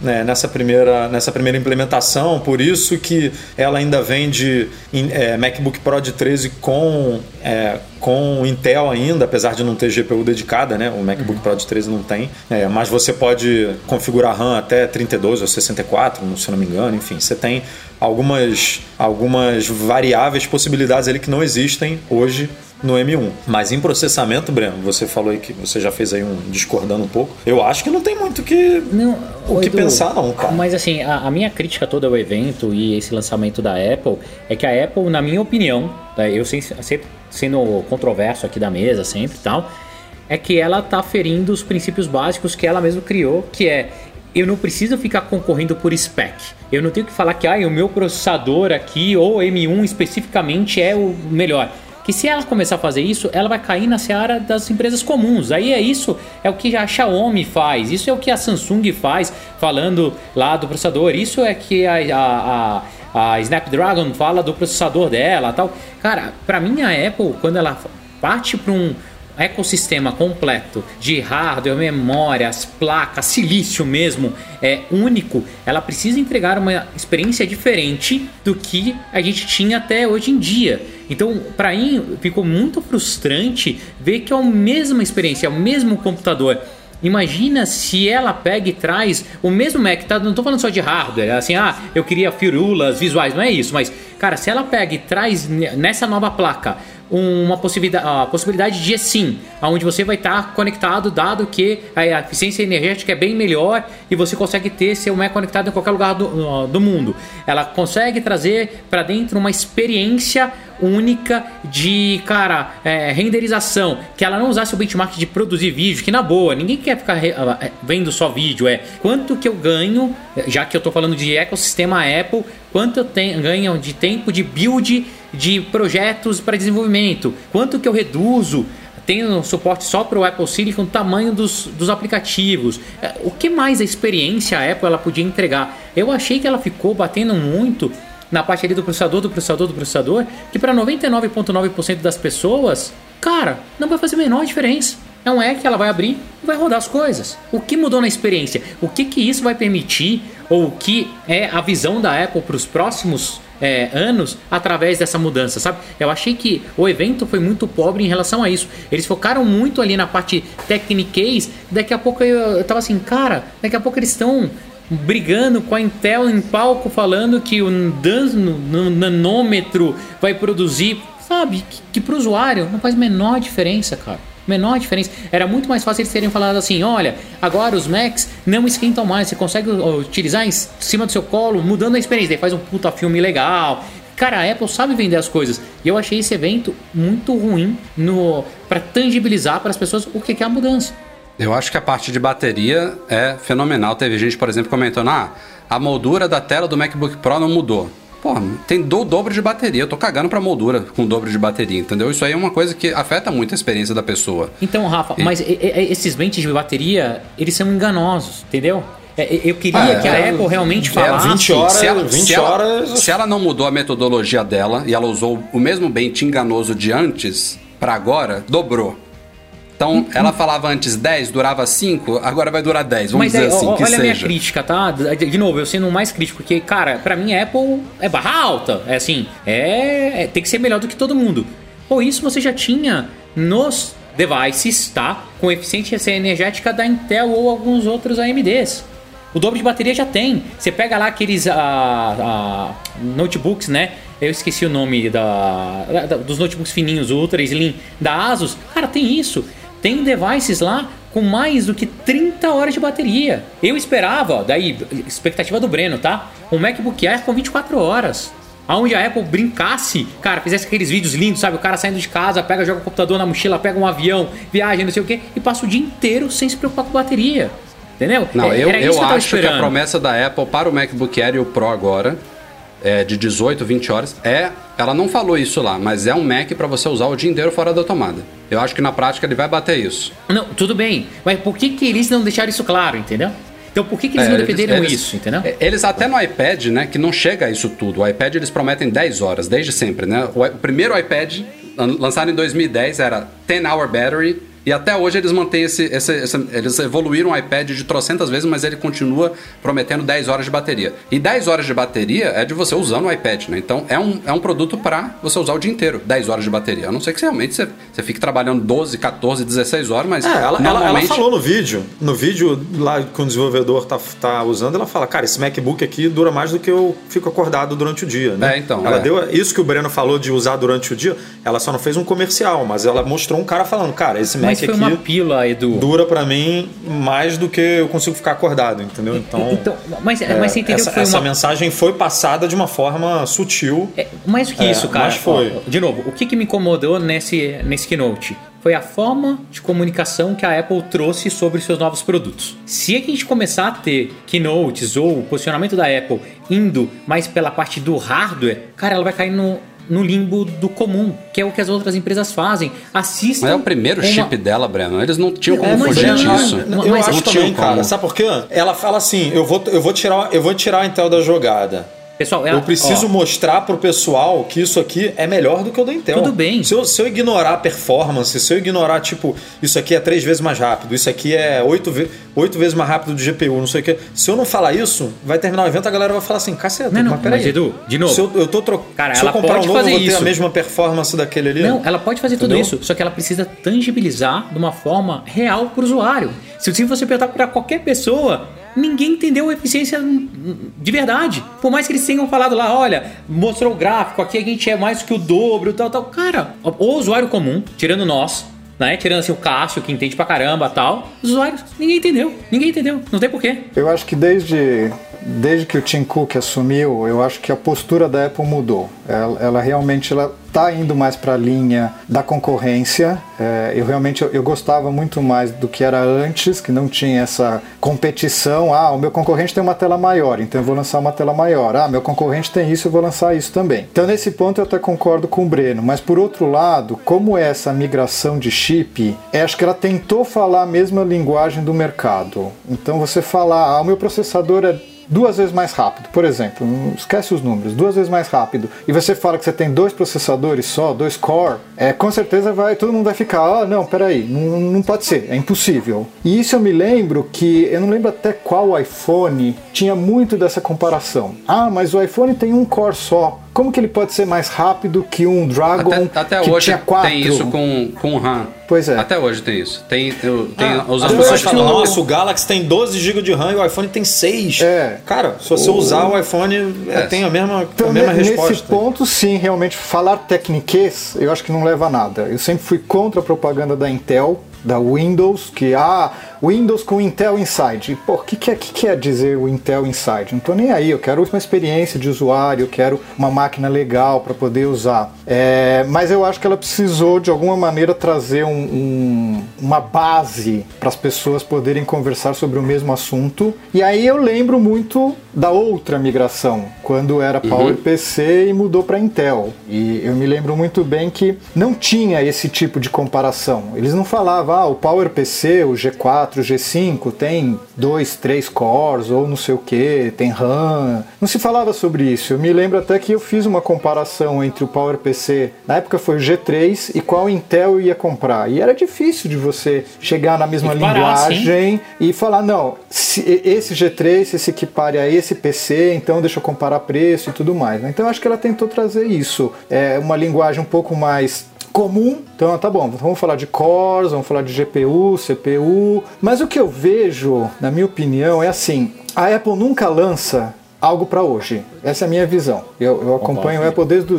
implementação, por isso que ela ainda vende MacBook Pro de 13 com Intel ainda, apesar de não ter GPU dedicada, né? O MacBook Pro de 13 não tem, mas você pode configurar RAM até 32 ou 64, se não me engano, enfim, você tem algumas variáveis, possibilidades ali que não existem hoje no M1. Mas em processamento, Breno, você falou aí que você já fez aí discordando um pouco. Eu acho que não tem muito o que pensar não, cara. Mas assim, a minha crítica toda ao evento e esse lançamento da Apple é que a Apple, na minha opinião, eu sempre sendo controverso aqui da mesa, sempre e tal, é que ela tá ferindo os princípios básicos que ela mesma criou, que eu não preciso ficar concorrendo por spec. Eu não tenho que falar que o meu processador aqui, ou M1 especificamente, é o melhor. Que se ela começar a fazer isso, ela vai cair na seara das empresas comuns. Aí é o que a Xiaomi faz, isso é o que a Samsung faz, falando lá do processador, isso é que a Snapdragon fala do processador dela, tal. Cara, pra mim a Apple, quando ela parte para um ecossistema completo de hardware, memórias, placas, silício mesmo, único, ela precisa entregar uma experiência diferente do que a gente tinha até hoje em dia. Então, para mim, ficou muito frustrante ver que é a mesma experiência, é o mesmo computador. Imagina se ela pega e traz o mesmo Mac, tá? Não estou falando só de hardware, assim, eu queria firulas visuais, não é isso, mas, cara, se ela pega e traz nessa nova placa a possibilidade de eSIM, onde você vai estar conectado, dado que a eficiência energética é bem melhor e você consegue ter seu Mac conectado em qualquer lugar do mundo. Ela consegue trazer para dentro uma experiência única de, renderização, que ela não usasse o benchmark de produzir vídeo, que na boa, ninguém quer ficar vendo só vídeo, quanto que eu ganho, já que eu estou falando de ecossistema Apple, quanto eu ganho de tempo de build de projetos para desenvolvimento, quanto que eu reduzo, tendo suporte só para o Apple Silicon, o tamanho dos aplicativos, o que mais a experiência a Apple ela podia entregar. Eu achei que ela ficou batendo muito na parte ali do processador, que para 99,9% das pessoas, não vai fazer a menor diferença. É um que ela vai abrir e vai rodar as coisas. O que mudou na experiência? O que isso vai permitir? Ou o que é a visão da Apple para os próximos anos através dessa mudança, sabe? Eu achei que o evento foi muito pobre em relação a isso. Eles focaram muito ali na parte techniquez. Daqui a pouco eu tava assim, daqui a pouco eles estão brigando com a Intel em palco, falando que o nanômetro vai produzir. sabe, que pro usuário não faz a menor diferença, cara. Menor diferença. Era muito mais fácil eles terem falado assim, olha, agora os Macs não esquentam mais, você consegue utilizar em cima do seu colo, mudando a experiência, daí faz um puta filme legal. Cara, a Apple sabe vender as coisas. E eu achei esse evento muito ruim para tangibilizar para as pessoas o que é a mudança. Eu acho que a parte de bateria é fenomenal. Teve gente, por exemplo, comentando, a moldura da tela do MacBook Pro não mudou. Pô, tem o dobro de bateria. Eu tô cagando pra moldura com o dobro de bateria, entendeu? Isso aí é uma coisa que afeta muito a experiência da pessoa. Então, Rafa, mas esses ventos de bateria, eles são enganosos, entendeu? Eu queria que a Apple realmente falasse... 20 horas... Se ela não mudou a metodologia dela e ela usou o mesmo bente enganoso de antes pra agora, dobrou. Então, ela falava antes 10, durava 5, agora vai durar 10, vamos dizer assim, que seja. Olha a minha crítica, tá? De novo, eu sendo mais crítico, porque, cara, pra mim a Apple é barra alta, é assim, tem que ser melhor do que todo mundo. Pô, isso você já tinha nos devices, tá? Com eficiência energética da Intel ou alguns outros AMDs. O dobro de bateria já tem. Você pega lá aqueles notebooks, né? Eu esqueci o nome dos notebooks fininhos, o Ultra Slim da Asus. Cara, tem isso. Tem devices lá com mais do que 30 horas de bateria. Eu esperava, daí, expectativa do Breno, tá? Um MacBook Air com 24 horas. Onde a Apple brincasse, cara, fizesse aqueles vídeos lindos, sabe? O cara saindo de casa, joga o computador na mochila, pega um avião, viaja, não sei o quê, e passa o dia inteiro sem se preocupar com bateria. Entendeu? Não, eu acho que a promessa da Apple para o MacBook Air e o Pro agora, de 18, 20 horas, ela não falou isso lá, mas é um Mac para você usar o dia inteiro fora da tomada. Eu acho que na prática ele vai bater isso. Não, tudo bem, mas por que eles não deixaram isso claro, entendeu? Então por que eles não defenderam isso, entendeu? Eles até no iPad, né, que não chega a isso tudo. O iPad eles prometem 10 horas, desde sempre, né? O primeiro iPad, lançado em 2010, era 10-hour battery. E até hoje eles mantêm eles evoluíram o iPad de trocentas vezes, mas ele continua prometendo 10 horas de bateria. E 10 horas de bateria é de você usando o iPad, né? Então é um produto para você usar o dia inteiro, 10 horas de bateria. A não ser que realmente você fique trabalhando 12, 14, 16 horas, mas ela falou no vídeo lá que o desenvolvedor tá usando, ela fala, cara, esse MacBook aqui dura mais do que eu fico acordado durante o dia, né? Ela deu isso que o Breno falou de usar durante o dia, ela só não fez um comercial, mas ela mostrou um cara falando, cara, esse Mac mas foi aqui uma pila, Edu. Dura pra mim mais do que eu consigo ficar acordado, entendeu? Então mas você entendeu que foi essa mensagem foi passada de uma forma sutil. Mais do que isso, cara. Mas foi. De novo, o que me incomodou nesse Keynote? Foi a forma de comunicação que a Apple trouxe sobre seus novos produtos. Se a gente começar a ter keynotes ou o posicionamento da Apple indo mais pela parte do hardware, cara, ela vai cair no limbo do comum, que é o que as outras empresas fazem. Assistam. Mas é o primeiro chip dela, Breno. Eles não tinham como fugir disso. Eu acho também, cara. Sabe por quê? Ela fala assim, eu vou tirar a Intel da jogada. Pessoal, eu preciso mostrar pro pessoal que isso aqui é melhor do que o da Intel. Tudo bem. Se eu ignorar a performance, se eu ignorar, tipo, isso aqui é 3 vezes mais rápido, isso aqui é 8 vezes mais rápido do GPU, não sei o que. Se eu não falar isso, vai terminar o evento, a galera vai falar assim, caceta, mas peraí. Mas Edu, de novo. Se eu tô Cara, se eu comprar um novo, eu vou ter isso. a mesma performance daquele ali? Não, ela pode fazer tudo isso, só que ela precisa tangibilizar de uma forma real pro usuário. Se você perguntar para qualquer pessoa, ninguém entendeu a eficiência de verdade. Por mais que eles tenham falado lá, olha, mostrou o gráfico, aqui a gente é mais que o dobro, tal. Cara, o usuário comum, tirando nós, né? Tirando assim o Cássio, que entende pra caramba, tal. Os usuários, ninguém entendeu. Não tem porquê. Eu acho que desde que o Tim Cook assumiu, eu acho que a postura da Apple mudou. Ela realmente está indo mais para a linha da concorrência. Eu gostava muito mais do que era antes, que não tinha essa competição. O meu concorrente tem uma tela maior, então eu vou lançar uma tela maior. Meu concorrente tem isso, eu vou lançar isso também. Então nesse ponto eu até concordo com o Breno, mas por outro lado, como é essa migração de chip, acho que ela tentou falar a mesma linguagem do mercado. Então você falar, o meu processador é 2 vezes mais rápido, por exemplo, não esquece os números, 2 vezes mais rápido, e você fala que você tem 2 processadores só, 2 core, com certeza todo mundo vai ficar, não, peraí, não pode ser, é impossível. E isso eu me lembro que, eu não lembro até qual iPhone tinha muito dessa comparação. Mas o iPhone tem 1 core só. como que ele pode ser mais rápido que um Dragon até que hoje tinha 4? Tem isso com o RAM. Pois é. Até hoje tem isso. As pessoas falam, nossa, o Galaxy tem 12 GB de RAM e o iPhone tem 6. Cara, se você usar o iPhone, tem a mesma resposta. Nesse ponto, sim, realmente, falar tecniquez, eu acho que não leva a nada. Eu sempre fui contra a propaganda da Intel, da Windows, que Windows com Intel Inside. Pô, o que quer dizer o Intel Inside? Não tô nem aí, eu quero uma experiência de usuário, eu quero uma máquina legal para poder usar. Mas eu acho que ela precisou, de alguma maneira, trazer uma base para as pessoas poderem conversar sobre o mesmo assunto. E aí eu lembro muito da outra migração, quando era PowerPC e mudou para Intel. E eu me lembro muito bem que não tinha esse tipo de comparação. Eles não falavam, o PowerPC, o G4, o G5 tem 2, 3 cores ou não sei o que, tem RAM. Não se falava sobre isso. Eu me lembro até que eu fiz uma comparação entre o PowerPC, na época foi o G3, e qual Intel eu ia comprar. E era difícil de você chegar na mesma linguagem e falar, não, esse G3 se equipare a esse PC, então deixa eu comparar preço e tudo mais. Então acho que ela tentou trazer isso. Uma linguagem um pouco mais comum. Então tá bom, vamos falar de cores, vamos falar de GPU, CPU, mas o que eu vejo, na minha opinião, é assim, a Apple nunca lança algo para hoje. Essa é a minha visão. Eu acompanho o Apple desde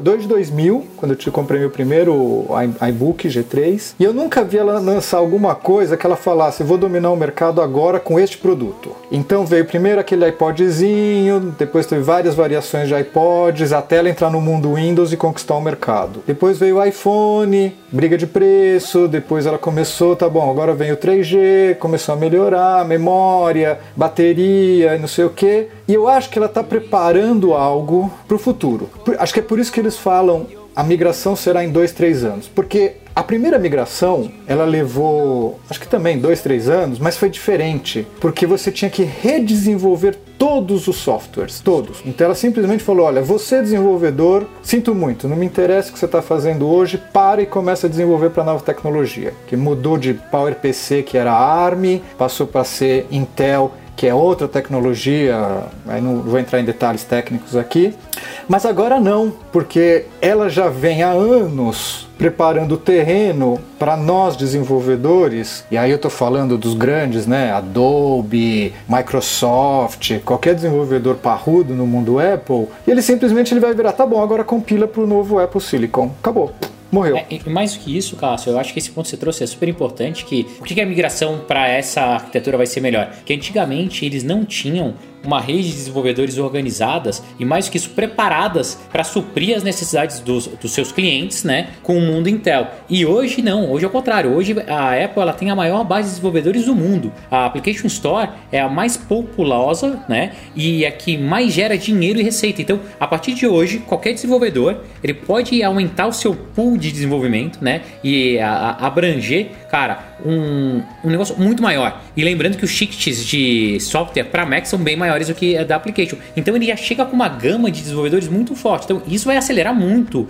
2000, quando eu comprei meu primeiro iBook G3, e eu nunca vi ela lançar alguma coisa que ela falasse, vou dominar o mercado agora com este produto. Então veio primeiro aquele iPodzinho, depois teve várias variações de iPods, até ela entrar no mundo Windows e conquistar o mercado. Depois veio o iPhone, briga de preço, depois ela começou, tá bom, agora vem o 3G, começou a melhorar, memória, bateria, não sei o que, e eu acho que ela está preparando algo para o futuro. Acho que é por isso que eles falam a migração será em 2, 3 anos. Porque a primeira migração, ela levou, acho que também 2, 3 anos, mas foi diferente. Porque você tinha que redesenvolver todos os softwares, todos. Então ela simplesmente falou, olha, você desenvolvedor, sinto muito, não me interessa o que você está fazendo hoje, para e começa a desenvolver para nova tecnologia. Que mudou de PowerPC, que era ARM, passou para ser Intel, que é outra tecnologia, aí não vou entrar em detalhes técnicos aqui, mas agora não, porque ela já vem há anos preparando o terreno para nós desenvolvedores, e aí eu estou falando dos grandes, né, Adobe, Microsoft, qualquer desenvolvedor parrudo no mundo Apple, e ele simplesmente vai virar, tá bom, agora compila para o novo Apple Silicon, acabou. Morreu. E mais do que isso, Cássio, eu acho que esse ponto que você trouxe é super importante, que o que a migração para essa arquitetura vai ser melhor? Que antigamente eles não tinham uma rede de desenvolvedores organizadas e mais do que isso, preparadas para suprir as necessidades dos seus clientes, né, com o mundo Intel. E hoje não, hoje é o contrário. Hoje a Apple ela tem a maior base de desenvolvedores do mundo. A Application Store é a mais populosa, né, e a que mais gera dinheiro e receita. Então, a partir de hoje, qualquer desenvolvedor ele pode aumentar o seu pool de desenvolvimento, né, e abranger, cara, um negócio muito maior. E lembrando que os tickets de software para Mac são bem maiores do que a da Application. Então ele já chega com uma gama de desenvolvedores muito forte. Então isso vai acelerar muito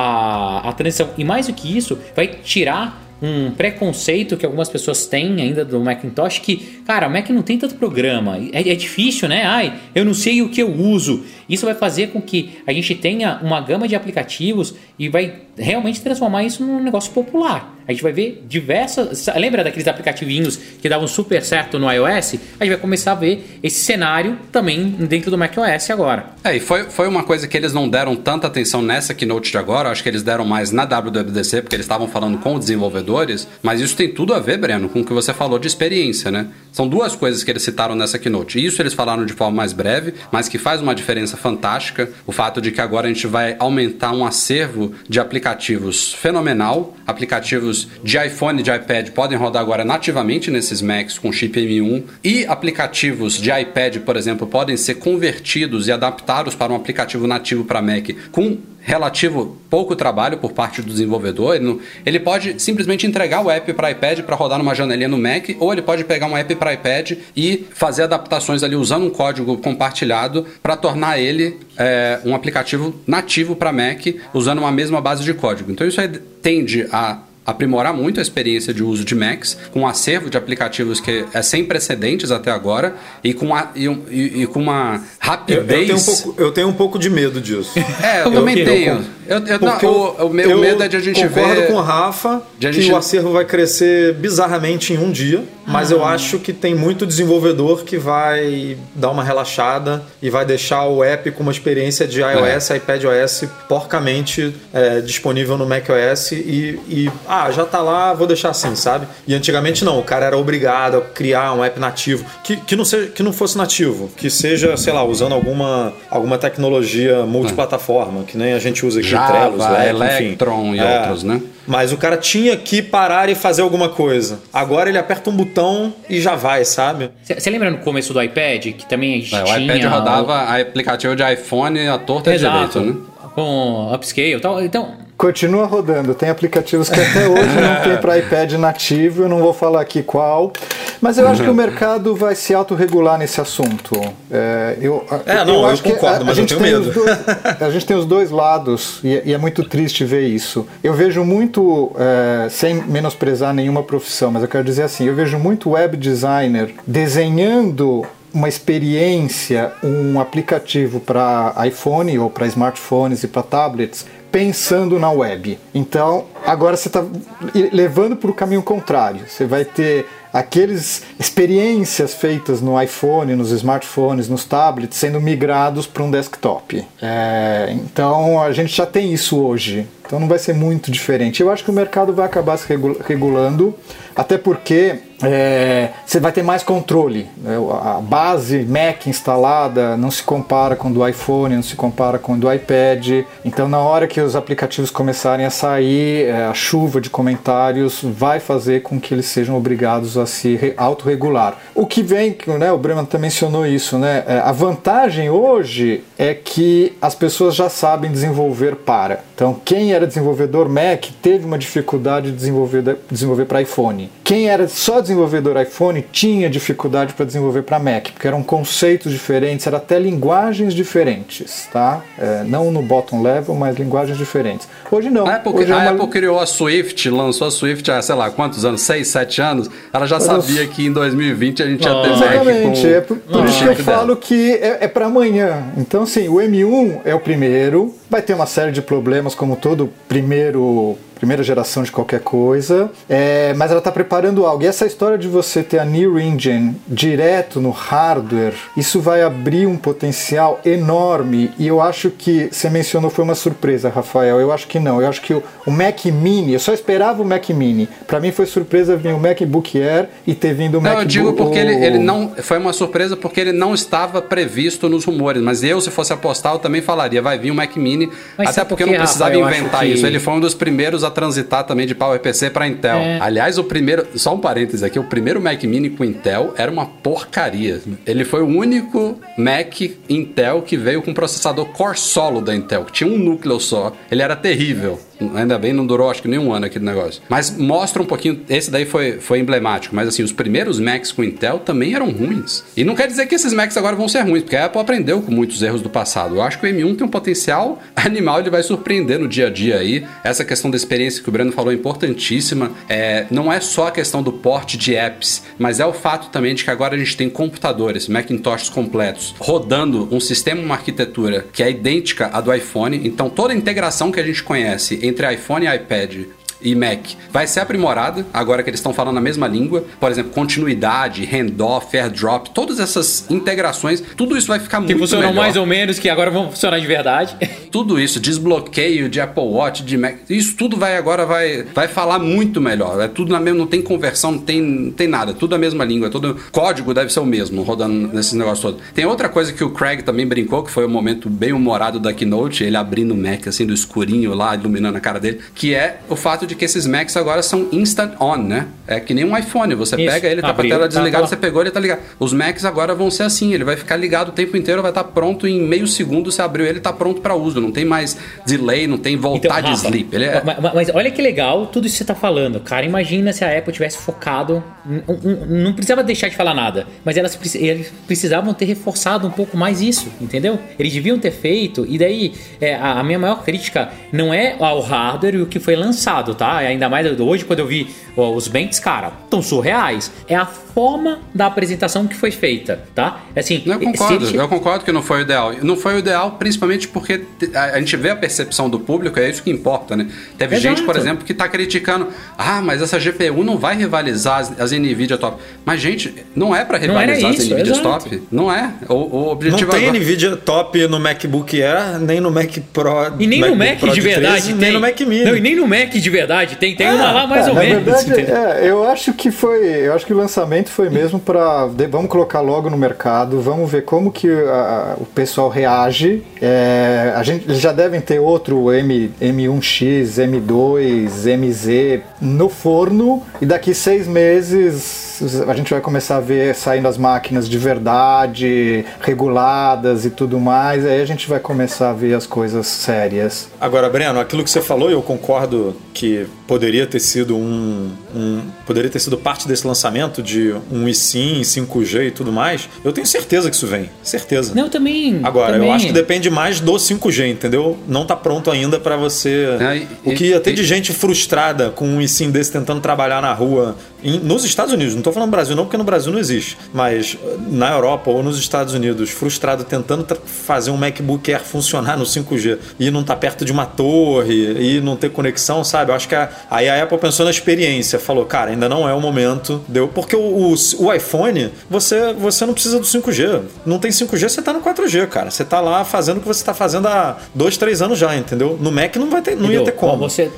a transição. E mais do que isso, vai tirar um preconceito que algumas pessoas têm ainda do Macintosh, que, cara, o Mac não tem tanto programa, é difícil, né? Ai, eu não sei o que eu uso. Isso vai fazer com que a gente tenha uma gama de aplicativos e vai realmente transformar isso num negócio popular. A gente vai ver diversas... Lembra daqueles aplicativinhos que davam super certo no iOS? A gente vai começar a ver esse cenário também dentro do macOS agora. E foi uma coisa que eles não deram tanta atenção nessa keynote de agora. Acho que eles deram mais na WWDC, porque eles estavam falando com os desenvolvedores. Mas isso tem tudo a ver, Breno, com o que você falou de experiência, né? São duas coisas que eles citaram nessa keynote. Isso eles falaram de forma mais breve, mas que faz uma diferença fantástica. O fato de que agora a gente vai aumentar um acervo de aplicativos fenomenal. Aplicativos de iPhone e de iPad podem rodar agora nativamente nesses Macs com chip M1, e aplicativos de iPad, por exemplo, podem ser convertidos e adaptados para um aplicativo nativo para Mac com relativo pouco trabalho por parte do desenvolvedor. Ele pode simplesmente entregar o app para iPad para rodar numa janelinha no Mac, ou ele pode pegar um app para iPad e fazer adaptações ali usando um código compartilhado para tornar ele um aplicativo nativo para Mac usando uma mesma base de código. Então isso tende a aprimorar muito a experiência de uso de Macs, com um acervo de aplicativos que é sem precedentes até agora, e com uma rapidez... Eu tenho um pouco de medo disso. Eu também tenho. O meu medo é de a gente ver... Eu concordo com o Rafa que o acervo vai crescer bizarramente em um dia, mas eu acho que tem muito desenvolvedor que vai dar uma relaxada e vai deixar o app com uma experiência de iOS, iPadOS porcamente disponível no macOS e já tá lá, vou deixar assim, sabe? E antigamente não, o cara era obrigado a criar um app nativo, que não fosse nativo, que seja, sei lá, usando alguma tecnologia multiplataforma, que nem a gente usa aqui, Java, Trello, Slack, Electron enfim. e outros, né? Mas o cara tinha que parar e fazer alguma coisa. Agora ele aperta um botão e já vai, sabe? Você lembra no começo do iPad, que também tinha... O iPad rodava aplicativo de iPhone à torta e direito, né? Com upscale e tal. Então... Continua rodando. Tem aplicativos que até hoje não tem para iPad nativo. Eu não vou falar aqui qual. Mas eu acho que o mercado vai se autorregular nesse assunto. Eu concordo, mas eu tenho medo. A gente tem os dois lados e é muito triste ver isso. Eu vejo muito, sem menosprezar nenhuma profissão, mas eu quero dizer assim, eu vejo muito web designer desenhando uma experiência, um aplicativo para iPhone ou para smartphones e para tablets, pensando na web. Então, agora você está levando para o caminho contrário. Você vai ter aquelas experiências feitas no iPhone, nos smartphones, nos tablets, sendo migrados para um desktop. Então, a gente já tem isso hoje. Então, não vai ser muito diferente. Eu acho que o mercado vai acabar se regulando, até porque você vai ter mais controle. A base Mac instalada não se compara com do iPhone, não se compara com do iPad. Então, na hora que os aplicativos começarem a sair, a chuva de comentários vai fazer com que eles sejam obrigados a se autorregular. O que vem, né, o Breman até mencionou isso, né? A vantagem hoje é que as pessoas já sabem desenvolver para. Então, quem era desenvolvedor Mac teve uma dificuldade de desenvolver para iPhone. Quem era só desenvolvedor iPhone tinha dificuldade para desenvolver para Mac, porque eram conceitos diferentes, eram até linguagens diferentes, tá? Não no bottom level, mas linguagens diferentes. Hoje não. A Apple criou a Swift, lançou a Swift há, sei lá, quantos anos? 6, 7 anos? Ela já sabia que em 2020 a gente ia ter Mac com... Exatamente. Por isso que eu falo que é para amanhã. Então, sim, o M1 é o primeiro, vai ter uma série de problemas como todo primeira geração de qualquer coisa, mas ela está preparando algo. E essa história de você ter a New Engine direto no hardware, isso vai abrir um potencial enorme, e eu acho que, você mencionou, foi uma surpresa, Rafael. Eu acho que não. Eu acho que o Mac Mini, eu só esperava o Mac Mini. Para mim foi surpresa vir o MacBook Air e ter vindo o MacBook... Eu digo porque ele não... Foi uma surpresa porque ele não estava previsto nos rumores, mas eu, se fosse apostar, eu também falaria, vai vir o Mac Mini, mas até porque eu não precisava inventar isso. Ele foi um dos primeiros a transitar também de PowerPC para Intel. Aliás, só um parênteses aqui, o primeiro Mac Mini com Intel era uma porcaria. Ele foi o único Mac Intel que veio com processador Core Solo da Intel, que tinha um núcleo só. Ele era terrível. Ainda bem, não durou acho que nem um ano aquele negócio. Mas mostra um pouquinho, esse daí foi emblemático, mas assim, os primeiros Macs com Intel também eram ruins. E não quer dizer que esses Macs agora vão ser ruins, porque a Apple aprendeu com muitos erros do passado. Eu acho que o M1 tem um potencial animal, ele vai surpreender no dia a dia aí. Essa questão da experiência que o Breno falou é importantíssima. Não é só a questão do porte de apps, mas é o fato também de que agora a gente tem computadores, Macintoshes completos, rodando um sistema, uma arquitetura que é idêntica à do iPhone. Então toda a integração que a gente conhece entre iPhone e iPad e Mac vai ser aprimorada, agora que eles estão falando a mesma língua. Por exemplo, continuidade, handoff, airdrop, todas essas integrações, tudo isso vai ficar muito melhor. Que funcionam mais ou menos, que agora vão funcionar de verdade. Tudo isso, desbloqueio de Apple Watch, de Mac, isso tudo vai falar muito melhor. É tudo na mesma, não tem conversão, não tem nada, tudo a mesma língua, todo código deve ser o mesmo, rodando nesses negócios todos. Tem outra coisa que o Craig também brincou, que foi um momento bem humorado da Keynote, ele abrindo o Mac assim do escurinho lá, iluminando a cara dele, que é o fato de que esses Macs agora são instant on, né? É que nem um iPhone, você pega ele, tá com a tela desligada, você pegou, ele tá ligado. Os Macs agora vão ser assim, ele vai ficar ligado o tempo inteiro, vai estar pronto em meio segundo, você abriu ele, tá pronto para uso, não tem mais delay, não tem voltar de sleep. Mas olha que legal tudo isso que você tá falando, cara. Imagina se a Apple tivesse focado, não precisava deixar de falar nada, mas eles precisavam ter reforçado um pouco mais isso, entendeu? Eles deviam ter feito, e daí a minha maior crítica não é ao hardware e o que foi lançado, tá? tá? Ainda mais hoje, quando eu vi os benches, cara, tão surreais. É a forma da apresentação que foi feita, tá? Assim, eu concordo que não foi o ideal. Não foi o ideal principalmente porque a gente vê a percepção do público, é isso que importa, né? Teve gente, por exemplo, que tá criticando, mas essa GPU não vai rivalizar as NVIDIA top. Mas, gente, não é pra rivalizar as NVIDIA top. Não é. O objetivo não tem agora... NVIDIA top no MacBook Air, nem no Mac Pro. E nem no Mac Pro de verdade 13, nem no Mac Mini. Não, e nem no Mac de verdade. Tem uma lá mais ou menos. Na verdade, eu acho que o lançamento foi mesmo para vamos colocar logo no mercado, vamos ver como que o pessoal reage. Eles já devem ter outro M1X, M2, MZ no forno, e daqui 6 meses a gente vai começar a ver saindo as máquinas de verdade, reguladas e tudo mais, aí a gente vai começar a ver as coisas sérias. Agora, Breno, aquilo que você falou, eu concordo que poderia ter sido poderia ter sido parte desse lançamento de um eSIM, 5G e tudo mais. Eu tenho certeza que isso vem. Certeza. Não, também. Agora, eu acho que depende mais do 5G, entendeu? Não tá pronto ainda pra você... O que ia ter de gente frustrada com um eSIM desse tentando trabalhar na rua nos Estados Unidos. Não tô falando no Brasil não, porque no Brasil não existe. Mas na Europa ou nos Estados Unidos, frustrado tentando fazer um MacBook Air funcionar no 5G e não tá perto de uma torre e não ter conexão, sabe? Eu acho que aí a Apple pensou na experiência. Falou, cara, ainda não é o momento. Porque o iPhone, você não precisa do 5G. Não tem 5G, você tá no 4G, cara. Você tá lá fazendo o que você tá fazendo há 2, 3 anos já, entendeu? No Mac não ia ter como.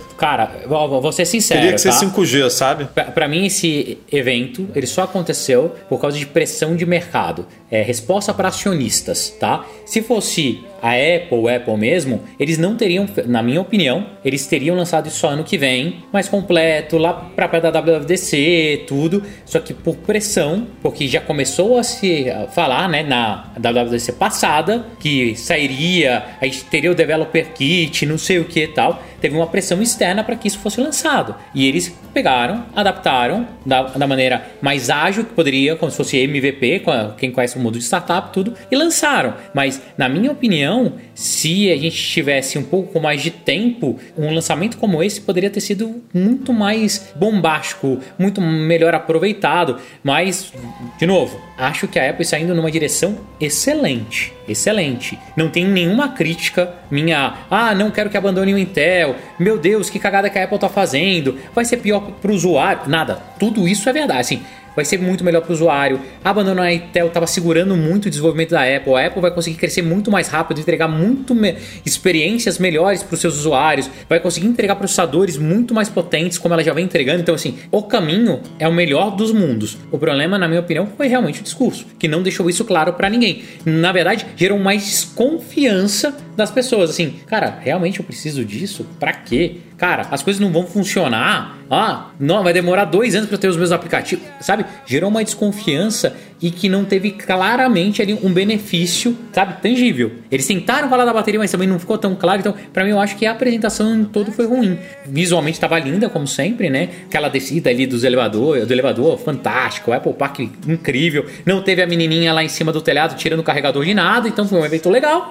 Vou ser sincero, teria que ser 5G, sabe? Pra mim, esse evento, ele só aconteceu por causa de pressão de mercado. Resposta para acionistas, tá? Se fosse a Apple mesmo, eles não teriam, na minha opinião, eles teriam lançado isso só ano que vem, mais completo, lá pra perto da WWDC, tudo. Só que por pressão, porque já começou a se falar, né, na WWDC passada, que sairia, a gente teria o Developer Kit, não sei o que e tal. Teve uma pressão externa para que isso fosse lançado. E eles pegaram, adaptaram da maneira mais ágil que poderia, como se fosse MVP, quem conhece o mundo de startup, tudo, e lançaram. Mas, na minha opinião, se a gente tivesse um pouco mais de tempo, um lançamento como esse poderia ter sido muito mais bombástico, muito melhor aproveitado. Mas, de novo, acho que a Apple está indo numa direção excelente. Excelente. Não tem nenhuma crítica minha. Não quero que abandone o Intel. Meu Deus, que cagada que a Apple tá fazendo. Vai ser pior pro usuário. Nada. Tudo isso é verdade. Assim, vai ser muito melhor para o usuário. Abandonar a Intel estava segurando muito o desenvolvimento da Apple. A Apple vai conseguir crescer muito mais rápido, entregar experiências melhores para os seus usuários, vai conseguir entregar processadores muito mais potentes, como ela já vem entregando. Então, assim, o caminho é o melhor dos mundos. O problema, na minha opinião, foi realmente o discurso, que não deixou isso claro para ninguém. Na verdade, gerou mais desconfiança das pessoas. Assim, cara, realmente eu preciso disso? Pra quê? Cara, as coisas não vão funcionar. Não, vai demorar 2 anos para ter os meus aplicativos, sabe? Gerou uma desconfiança e que não teve claramente ali um benefício, sabe, tangível. Eles tentaram falar da bateria, mas também não ficou tão claro. Então, pra mim, eu acho que a apresentação em todo foi ruim. Visualmente estava linda, como sempre, né? Aquela descida ali do elevador, fantástico. O Apple Park incrível. Não teve a menininha lá em cima do telhado tirando o carregador de nada. Então, foi um evento legal.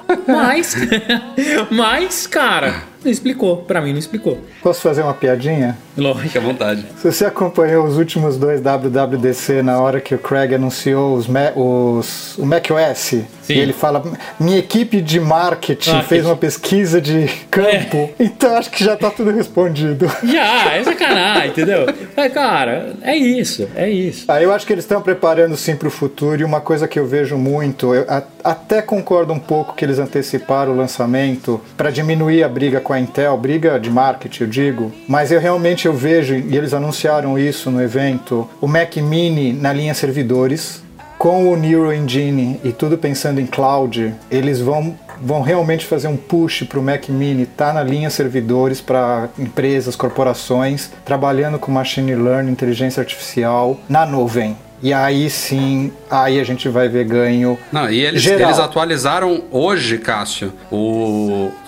Mas, cara, não explicou. Pra mim, não explicou. Posso fazer uma piadinha? Lógico. Fique à vontade. Se você acompanhou os últimos 2 WWDC na hora que o Craig anunciou o macOS, e ele fala, minha equipe de marketing fez uma pesquisa de campo, então acho que já tá tudo respondido. Já, é sacanagem, entendeu? Cara, é isso. Eu acho que eles estão preparando sim pro futuro, e uma coisa que eu vejo muito, eu até concordo um pouco que eles anteciparam o lançamento para diminuir a briga com a Intel, briga de marketing, eu digo, mas eu vejo, e eles anunciaram isso no evento, o Mac Mini na linha servidores, com o Neural Engine e tudo pensando em cloud, eles vão realmente fazer um push para o Mac Mini, tá na linha servidores para empresas, corporações, trabalhando com Machine Learning, inteligência artificial, na nuvem. E aí sim, a gente vai ver ganho. Não, e eles atualizaram hoje, Cássio,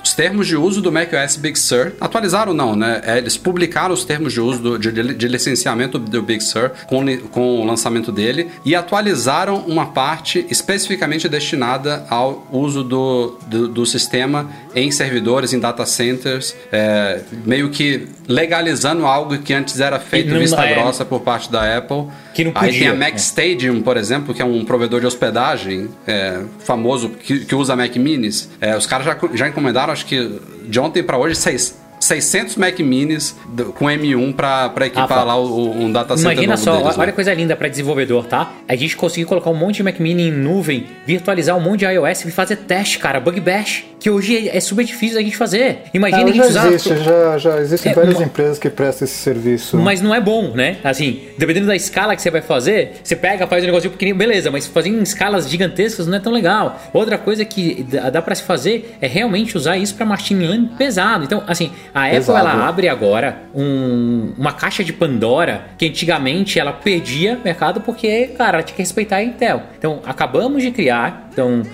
os termos de uso do macOS Big Sur. Atualizaram não, né? Eles publicaram os termos de uso de licenciamento do Big Sur com o lançamento dele e atualizaram uma parte especificamente destinada ao uso do sistema em servidores, em data centers, meio que legalizando algo que antes era feito vista grossa por parte da Apple. Que não podia. Aí tem a Mac Stadium, por exemplo, que é um provedor de hospedagem famoso que usa Mac Minis. Os caras já encomendaram, acho que de ontem para hoje, 600 Mac Minis com M1 para equipar lá um data center. Imagina novo só, deles, olha né? que coisa linda para desenvolvedor, tá? A gente conseguiu colocar um monte de Mac Mini em nuvem, virtualizar um monte de iOS e fazer teste, cara, bug bash, que hoje é super difícil da gente fazer. Imagina a gente usar... Já existem várias empresas que prestam esse serviço. Mas não é bom, né? Assim, dependendo da escala que você vai fazer, você pega, faz um negocinho pequenininho, beleza, mas fazer em escalas gigantescas não é tão legal. Outra coisa que dá para se fazer é realmente usar isso para machine learning pesado. Então, assim, a Apple, ela abre agora uma caixa de Pandora que antigamente ela perdia mercado porque, cara, ela tinha que respeitar a Intel. Então, acabamos de criar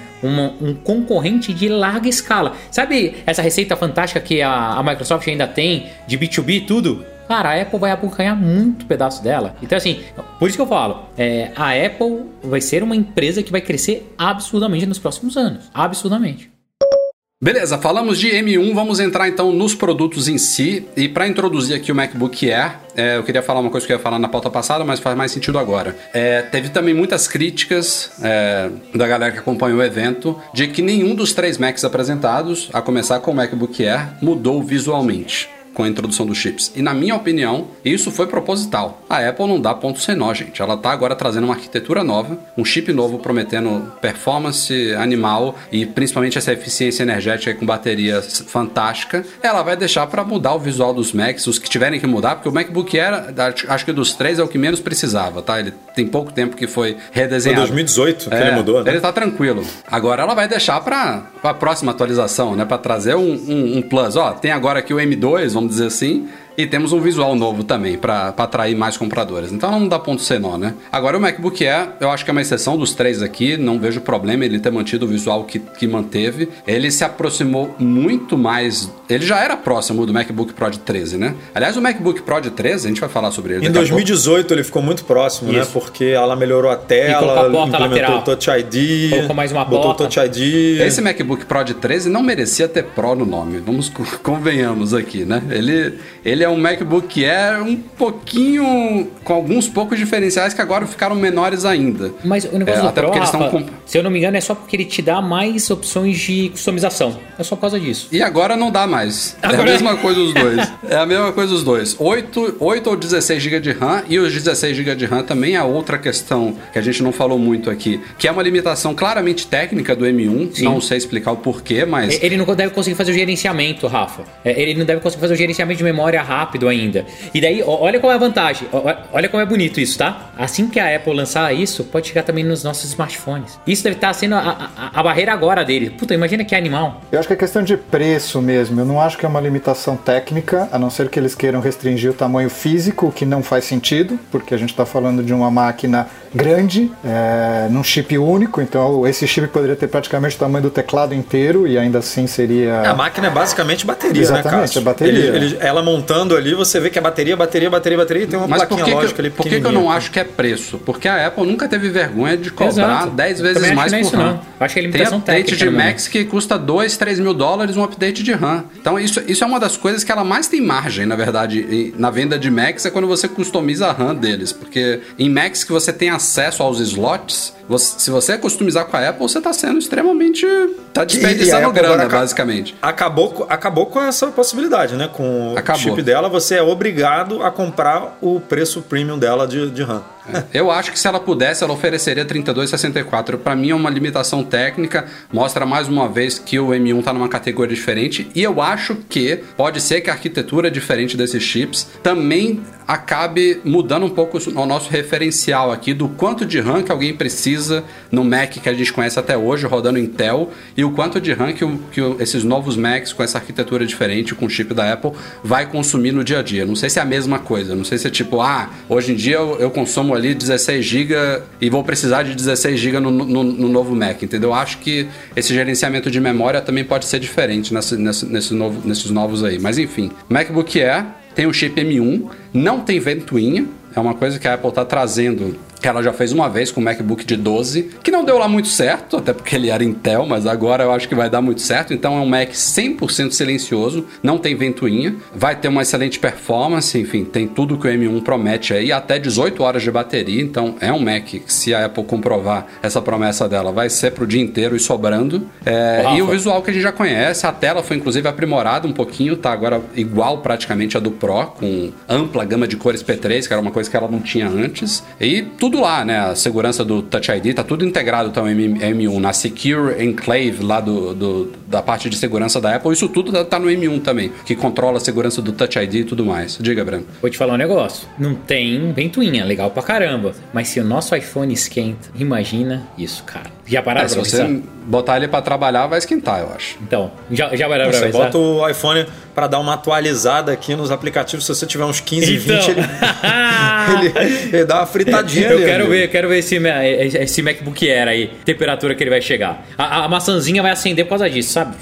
um concorrente de larga escala. Sabe essa receita fantástica que a Microsoft ainda tem de B2B e tudo? Cara, a Apple vai abocanhar muito pedaço dela. Então, assim, por isso que eu falo, a Apple vai ser uma empresa que vai crescer absurdamente nos próximos anos. Absurdamente. Beleza, falamos de M1, vamos entrar então nos produtos em si. E para introduzir aqui o MacBook Air, eu queria falar uma coisa que eu ia falar na pauta passada, mas faz mais sentido agora. Teve também muitas críticas da galera que acompanhou o evento de que nenhum dos 3 Macs apresentados, a começar com o MacBook Air, mudou visualmente com a introdução dos chips. E na minha opinião, isso foi proposital. A Apple não dá ponto sem nó, gente. Ela tá agora trazendo uma arquitetura nova, um chip novo prometendo performance animal e principalmente essa eficiência energética com bateria fantástica. Ela vai deixar para mudar o visual dos Macs, os que tiverem que mudar, porque o MacBook Air, acho que dos 3 é o que menos precisava, tá? Ele tem pouco tempo que foi redesenhado. Foi 2018 que ele mudou, né? Ele tá tranquilo. Agora ela vai deixar para a próxima atualização, né? Para trazer um plus. Ó, tem agora aqui o M2, vamos dizer assim, e temos um visual novo também para atrair mais compradores. Então não dá ponto sem nó, né? Agora o MacBook Air, eu acho que é uma exceção dos 3 aqui, não vejo problema ele ter mantido o visual que manteve. Ele se aproximou muito mais, ele já era próximo do MacBook Pro de 13, né? Aliás, o MacBook Pro de 13, a gente vai falar sobre ele. Em 2018 ele ficou muito próximo, né? Porque ela melhorou a tela, implementou o Touch ID, colocou mais uma botou o porta. Touch ID. Esse MacBook Pro de 13 não merecia ter Pro no nome, convenhamos aqui, né? Ele é um MacBook Air um pouquinho, com alguns poucos diferenciais que agora ficaram menores ainda. Mas o negócio do até Pro, porque eles Rafa, se eu não me engano, é só porque ele te dá mais opções de customização. É só por causa disso. E agora não dá mais. É a mesma coisa os dois. É a mesma coisa os dois. 8 ou 16 GB de RAM, e os 16 GB de RAM também é outra questão que a gente não falou muito aqui, que é uma limitação claramente técnica do M1. Sim. Não sei explicar o porquê, mas... Ele não deve conseguir fazer o gerenciamento, Rafa. Ele não deve conseguir fazer o gerenciamento de memória rápido ainda. E daí, olha qual é a vantagem. Olha como é bonito isso, tá? Assim que a Apple lançar isso, pode chegar também nos nossos smartphones. Isso deve estar sendo a barreira agora dele. Puta, imagina que animal. Eu acho que é questão de preço mesmo. Eu não acho que é uma limitação técnica, a não ser que eles queiram restringir o tamanho físico, que não faz sentido, porque a gente está falando de uma máquina grande, num chip único, então esse chip poderia ter praticamente o tamanho do teclado inteiro e ainda assim seria... A máquina é basicamente bateria, exatamente, né, Cássio? É bateria. Ela montando ali, você vê que é bateria e tem uma plaquinha lógica ali pequenininha. Por que eu não acho que é preço? Porque a Apple nunca teve vergonha de cobrar 10 vezes mais por RAM. Acho que é limitação técnica. Tem update de Macs que custa $2-3 mil um update de RAM. Então isso é uma das coisas que ela mais tem margem, na verdade, na venda de Macs, é quando você customiza a RAM deles. Porque em Macs que você tem acesso aos slots, se você customizar com a Apple, você está sendo extremamente... Está desperdiçando grana, basicamente. Acabou com essa possibilidade, né? Com o chip dela, você é obrigado a comprar o preço premium dela de RAM. Eu acho que se ela pudesse, ela ofereceria 3264. Para mim é uma limitação técnica, mostra mais uma vez que o M1 está numa categoria diferente, e eu acho que pode ser que a arquitetura diferente desses chips também acabe mudando um pouco o nosso referencial aqui do quanto de RAM que alguém precisa no Mac que a gente conhece até hoje, rodando Intel, e o quanto de RAM que esses novos Macs com essa arquitetura diferente, com o chip da Apple, vai consumir no dia a dia. Não sei se é a mesma coisa, não sei se é tipo, hoje em dia eu consumo amo ali 16 GB e vou precisar de 16 GB no novo Mac, entendeu? Eu acho que esse gerenciamento de memória também pode ser diferente nesses novos aí. Mas enfim, MacBook Air tem o chip M1, não tem ventoinha, é uma coisa que a Apple está trazendo, que ela já fez uma vez com o MacBook de 12, que não deu lá muito certo, até porque ele era Intel, mas agora eu acho que vai dar muito certo. Então é um Mac 100% silencioso, não tem ventoinha, vai ter uma excelente performance, enfim, tem tudo que o M1 promete aí, até 18 horas de bateria. Então é um Mac que, se a Apple comprovar essa promessa dela, vai ser pro dia inteiro e sobrando. E o visual que a gente já conhece, a tela foi inclusive aprimorada um pouquinho, tá agora igual praticamente a do Pro, com ampla gama de cores P3, que era uma coisa que ela não tinha antes, e tudo lá, né? A segurança do Touch ID, tá tudo integrado, então, M1, na Secure Enclave lá da parte de segurança da Apple, isso tudo tá no M1 também, que controla a segurança do Touch ID e tudo mais. Diga, Branco. Vou te falar um negócio, não tem ventoinha, legal pra caramba, mas se o nosso iPhone esquenta, imagina isso, cara. Já pararam pra pensar? Se você botar ele pra trabalhar, vai esquentar, eu acho. Então, já pararam pra pensar? Você bota o iPhone pra dar uma atualizada aqui nos aplicativos, se você tiver uns 15, então. 20, ele dá uma fritadinha. Eu quero ver esse MacBook Air aí, temperatura que ele vai chegar. A maçãzinha vai acender por causa disso, sabe?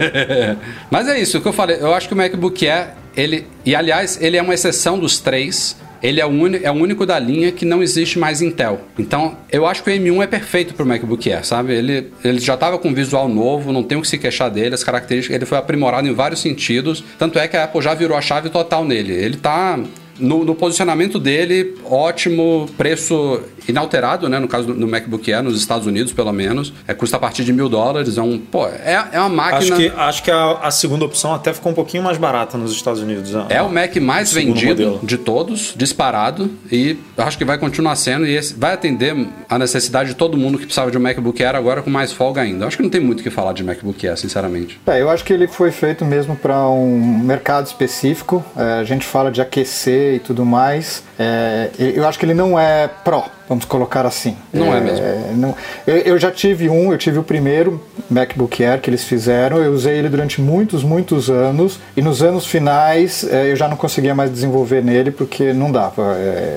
Mas é isso, o que eu falei, eu acho que o MacBook Air, aliás, ele é uma exceção dos três. Ele é o único da linha que não existe mais Intel. Então, eu acho que o M1 é perfeito pro MacBook Air, sabe? Ele já estava com visual novo, não tem o que se queixar dele, as características, ele foi aprimorado em vários sentidos. Tanto é que a Apple já virou a chave total nele. Ele tá no posicionamento dele, ótimo, preço inalterado, né? No caso do MacBook Air, nos Estados Unidos, pelo menos. Custa a partir de $1.000. É uma máquina... Acho que a segunda opção até ficou um pouquinho mais barata nos Estados Unidos. É o Mac mais vendido de todos, disparado. E acho que vai continuar sendo. E vai atender a necessidade de todo mundo que precisava de um MacBook Air agora com mais folga ainda. Acho que não tem muito o que falar de MacBook Air, sinceramente. Eu acho que ele foi feito mesmo para um mercado específico. A gente fala de aquecer e tudo mais. Eu acho que ele não é Pro, vamos colocar assim. Não é mesmo. Eu já tive eu tive o primeiro MacBook Air que eles fizeram, eu usei ele durante muitos anos, e nos anos finais eu já não conseguia mais desenvolver nele porque não dava.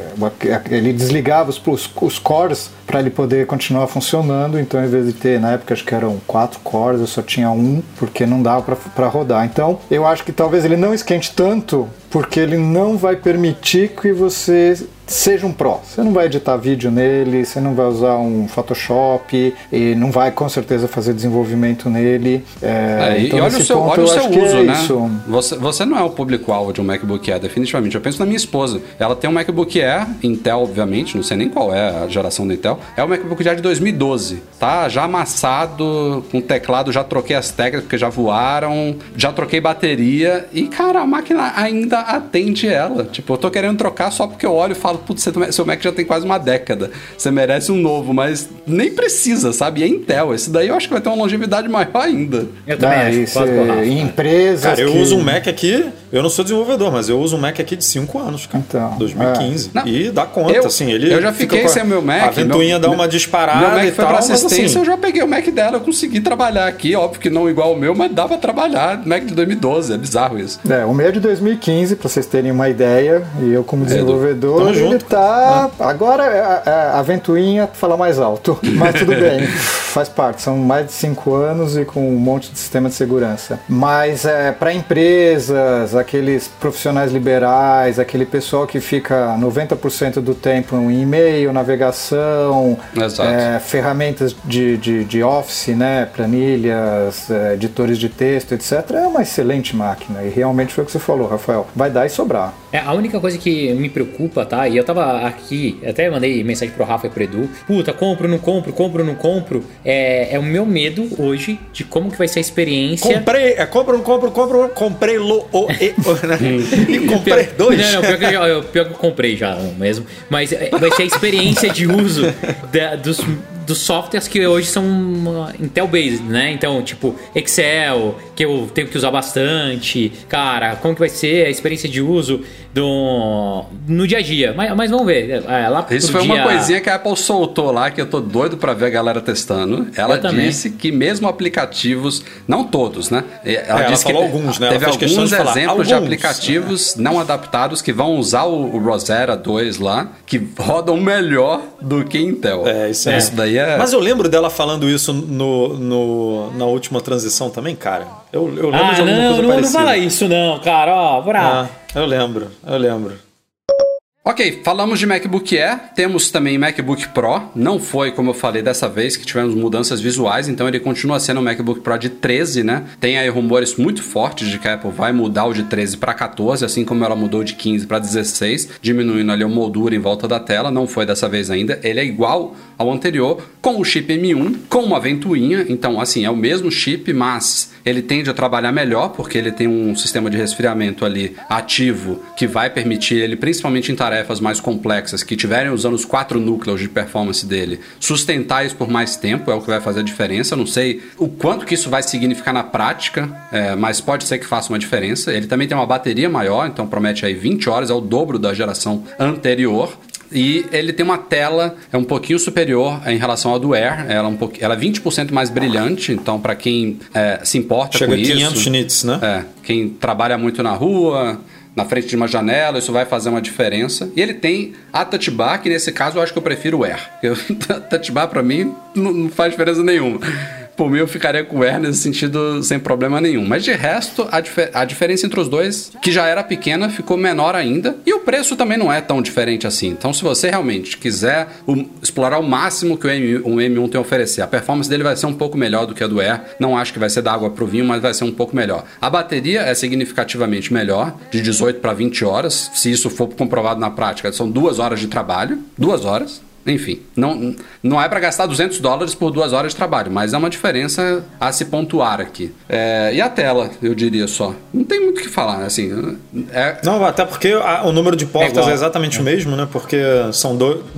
Ele desligava os cores para ele poder continuar funcionando, então em vez de ter, na época acho que eram 4 cores, eu só tinha um, porque não dava para rodar. Então eu acho que talvez ele não esquente tanto, porque ele não vai permitir que você seja um Pro. Você não vai editar vídeo nele, você não vai usar um Photoshop, e não vai com certeza fazer desenvolvimento nele. Então, e olha o seu uso, né? Você não é o público-alvo de um MacBook Air, definitivamente. Eu penso na minha esposa. Ela tem um MacBook Air, Intel, obviamente, não sei nem qual é a geração da Intel. É o MacBook Air de 2012, tá? Já amassado, com teclado, já troquei as teclas porque já voaram, já troquei bateria, e, cara, a máquina ainda atende ela. Tipo, eu tô querendo trocar só porque eu olho e falo, putz, seu Mac já tem quase uma década, você merece um novo, mas nem precisa, sabe? É Intel, esse daí eu acho que vai ter uma longevidade maior ainda. Eu também acho. Em empresas cara, eu uso um Mac aqui, eu não sou desenvolvedor, mas eu uso um Mac aqui de 5 anos, cara. Então, 2015. E dá conta, assim, ele... Eu já fiquei sem o meu Mac. A ventoinha dá uma disparada. Meu Mac foi pra assistência, assim, eu já peguei o Mac dela, eu consegui trabalhar aqui, óbvio que não igual o meu, mas dá pra trabalhar. Mac de 2012, é bizarro isso. O meu é de 2015, pra vocês terem uma ideia, e eu como desenvolvedor, ele tá... Agora a ventoinha fala mais alto, mas tudo bem, faz parte, são mais de 5 anos e com um monte de sistema de segurança. Mas para empresas, aqueles profissionais liberais, aquele pessoal que fica 90% do tempo em e-mail, navegação, ferramentas de Office, né, planilhas, editores de texto, etc., é uma excelente máquina, e realmente foi o que você falou, Rafael, vai dar e sobrar. A única coisa que me preocupa, tá? E eu tava aqui, até mandei mensagem pro Rafa e pro Edu. Puta, compro, não compro. É o meu medo hoje de como que vai ser a experiência. Compro, não compro. Comprei e comprei 2. Não, pior que eu comprei já mesmo. Mas vai ser a experiência de uso dos softwares que hoje são Intel-based, né? Então, tipo, Excel, que que eu tenho que usar bastante. Cara, como que vai ser a experiência de uso no dia a dia? Mas vamos ver. Lá Isso foi uma coisinha que a Apple soltou lá, que eu tô doido pra ver a galera testando. Ela disse que mesmo aplicativos, não todos, né? Ela disse falou que alguns, né? Teve alguns exemplos de alguns, aplicativos não adaptados que vão usar o Rosetta 2 lá, que rodam melhor do que Intel. Isso daí é... Mas eu lembro dela falando isso na última transição também, cara. Eu lembro de alguma coisa parecida. Não fala isso não, cara. Ó, eu lembro. Ok, falamos de MacBook Air, temos também MacBook Pro, não foi, como eu falei dessa vez, que tivemos mudanças visuais, então ele continua sendo um MacBook Pro de 13, né? Tem aí rumores muito fortes de que a Apple vai mudar o de 13 para 14, assim como ela mudou de 15 para 16, diminuindo ali a moldura em volta da tela, não foi dessa vez ainda, ele é igual ao anterior, com o chip M1, com uma ventoinha, então assim, é o mesmo chip, mas ele tende a trabalhar melhor, porque ele tem um sistema de resfriamento ali ativo, que vai permitir ele, principalmente em tarefas mais complexas, que tiverem usando os 4 núcleos de performance dele, sustentar isso por mais tempo, é o que vai fazer a diferença. Não sei o quanto que isso vai significar na prática, mas pode ser que faça uma diferença. Ele também tem uma bateria maior, então promete aí 20 horas, é o dobro da geração anterior. E ele tem uma tela um pouquinho superior em relação ao do Air. Ela é 20% mais brilhante, então para quem se importa com isso... Chega a 500 nits, né? Quem trabalha muito na rua, na frente de uma janela, isso vai fazer uma diferença. E ele tem a Touch Bar, que nesse caso eu acho que eu prefiro o Air. A Touch Bar para mim não faz diferença nenhuma. Por mim, eu ficaria com o Air nesse sentido sem problema nenhum. Mas de resto, a diferença entre os dois, que já era pequena, ficou menor ainda. E o preço também não é tão diferente assim. Então, se você realmente quiser explorar o máximo que o M1 tem a oferecer, a performance dele vai ser um pouco melhor do que a do Air. Não acho que vai ser da água pro vinho, mas vai ser um pouco melhor. A bateria é significativamente melhor, de 18 para 20 horas. Se isso for comprovado na prática, são 2 horas de trabalho. 2 horas. Enfim, não é para gastar $200 por 2 horas de trabalho, mas é uma diferença a se pontuar aqui. E a tela, eu diria só. Não tem muito o que falar, assim. Não, até porque o número de portas é exatamente o mesmo, né? Porque são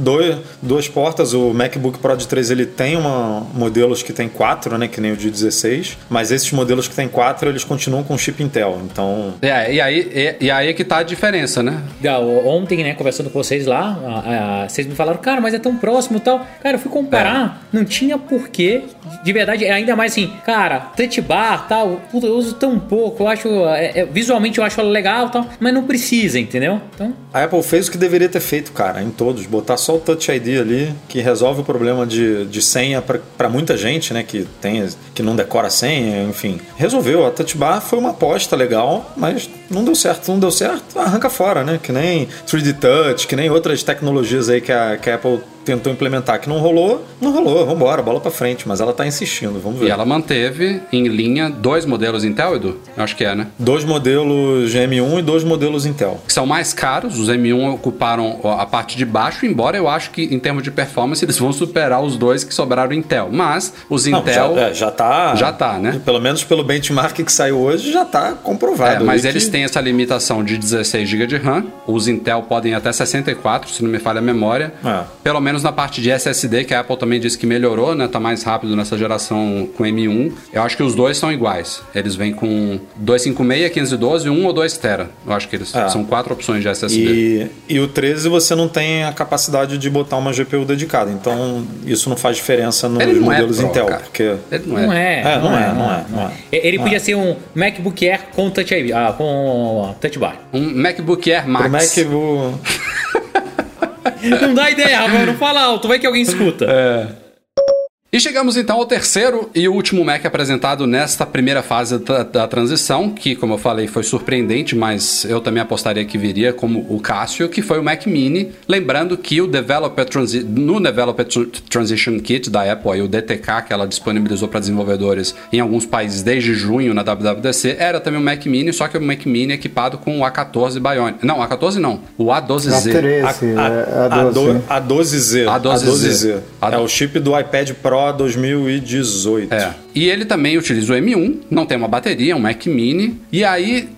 duas portas. O MacBook Pro de 3 ele tem modelos que tem 4, né? Que nem o de 16. Mas esses modelos que tem 4, eles continuam com chip Intel. Então... E aí é que tá a diferença, né? Ontem, né, conversando com vocês lá, vocês me falaram, cara, mas é tão próximo e tal. Cara, eu fui comparar, não tinha porquê. De verdade, ainda mais assim, cara, touch bar, tal, eu uso tão pouco, eu acho, visualmente eu acho ela legal, tal, mas não precisa, entendeu? Então... A Apple fez o que deveria ter feito, cara, em todos, botar só o Touch ID ali, que resolve o problema de senha pra muita gente, né, que não decora a senha, enfim. Resolveu, a Touch Bar foi uma aposta legal, mas não deu certo, arranca fora, né, que nem 3D Touch, que nem outras tecnologias aí que a Apple tentou implementar, que não rolou, vambora, bola pra frente, mas ela tá insistindo, vamos ver. E ela manteve em linha 2 modelos Intel, Edu? Eu acho que né? 2 modelos M1 e 2 modelos Intel. Que são mais caros, os M1 ocuparam a parte de baixo, embora eu acho que em termos de performance eles vão superar os 2 que sobraram Intel, mas os Intel... Já tá, né? Pelo menos pelo benchmark que saiu hoje, já tá comprovado. Mas eles têm essa limitação de 16 GB de RAM, os Intel podem ir até 64, se não me falha a memória, pelo menos na parte de SSD, que a Apple também disse que melhorou, né? Tá mais rápido nessa geração com M1. Eu acho que os dois são iguais. Eles vêm com 256, 512, 1 ou 2 TB. Eu acho que eles são 4 opções de SSD. E o 13 você não tem a capacidade de botar uma GPU dedicada. Então isso não faz diferença nos modelos Intel. Porque... Ele não é. Não é. Ele podia ser um MacBook Air com Touch ID, com Touch Bar. Um MacBook Air Max. Não dá ideia, Rafael, não fala alto, vai que alguém escuta. E chegamos então ao terceiro e último Mac apresentado nesta primeira fase da transição, que, como eu falei, foi surpreendente, mas eu também apostaria que viria, como o Casio, que foi o Mac Mini. Lembrando que no Developer Transition Kit da Apple, aí, o DTK, que ela disponibilizou para desenvolvedores em alguns países desde junho na WWDC, era também o Mac Mini, só que o Mac Mini equipado com o A14 Bionic. Não, A14 não, o A12Z. A12Z. É o chip do iPad Pro 2018. E ele também utiliza o M1, não tem uma bateria, é um Mac Mini. E aí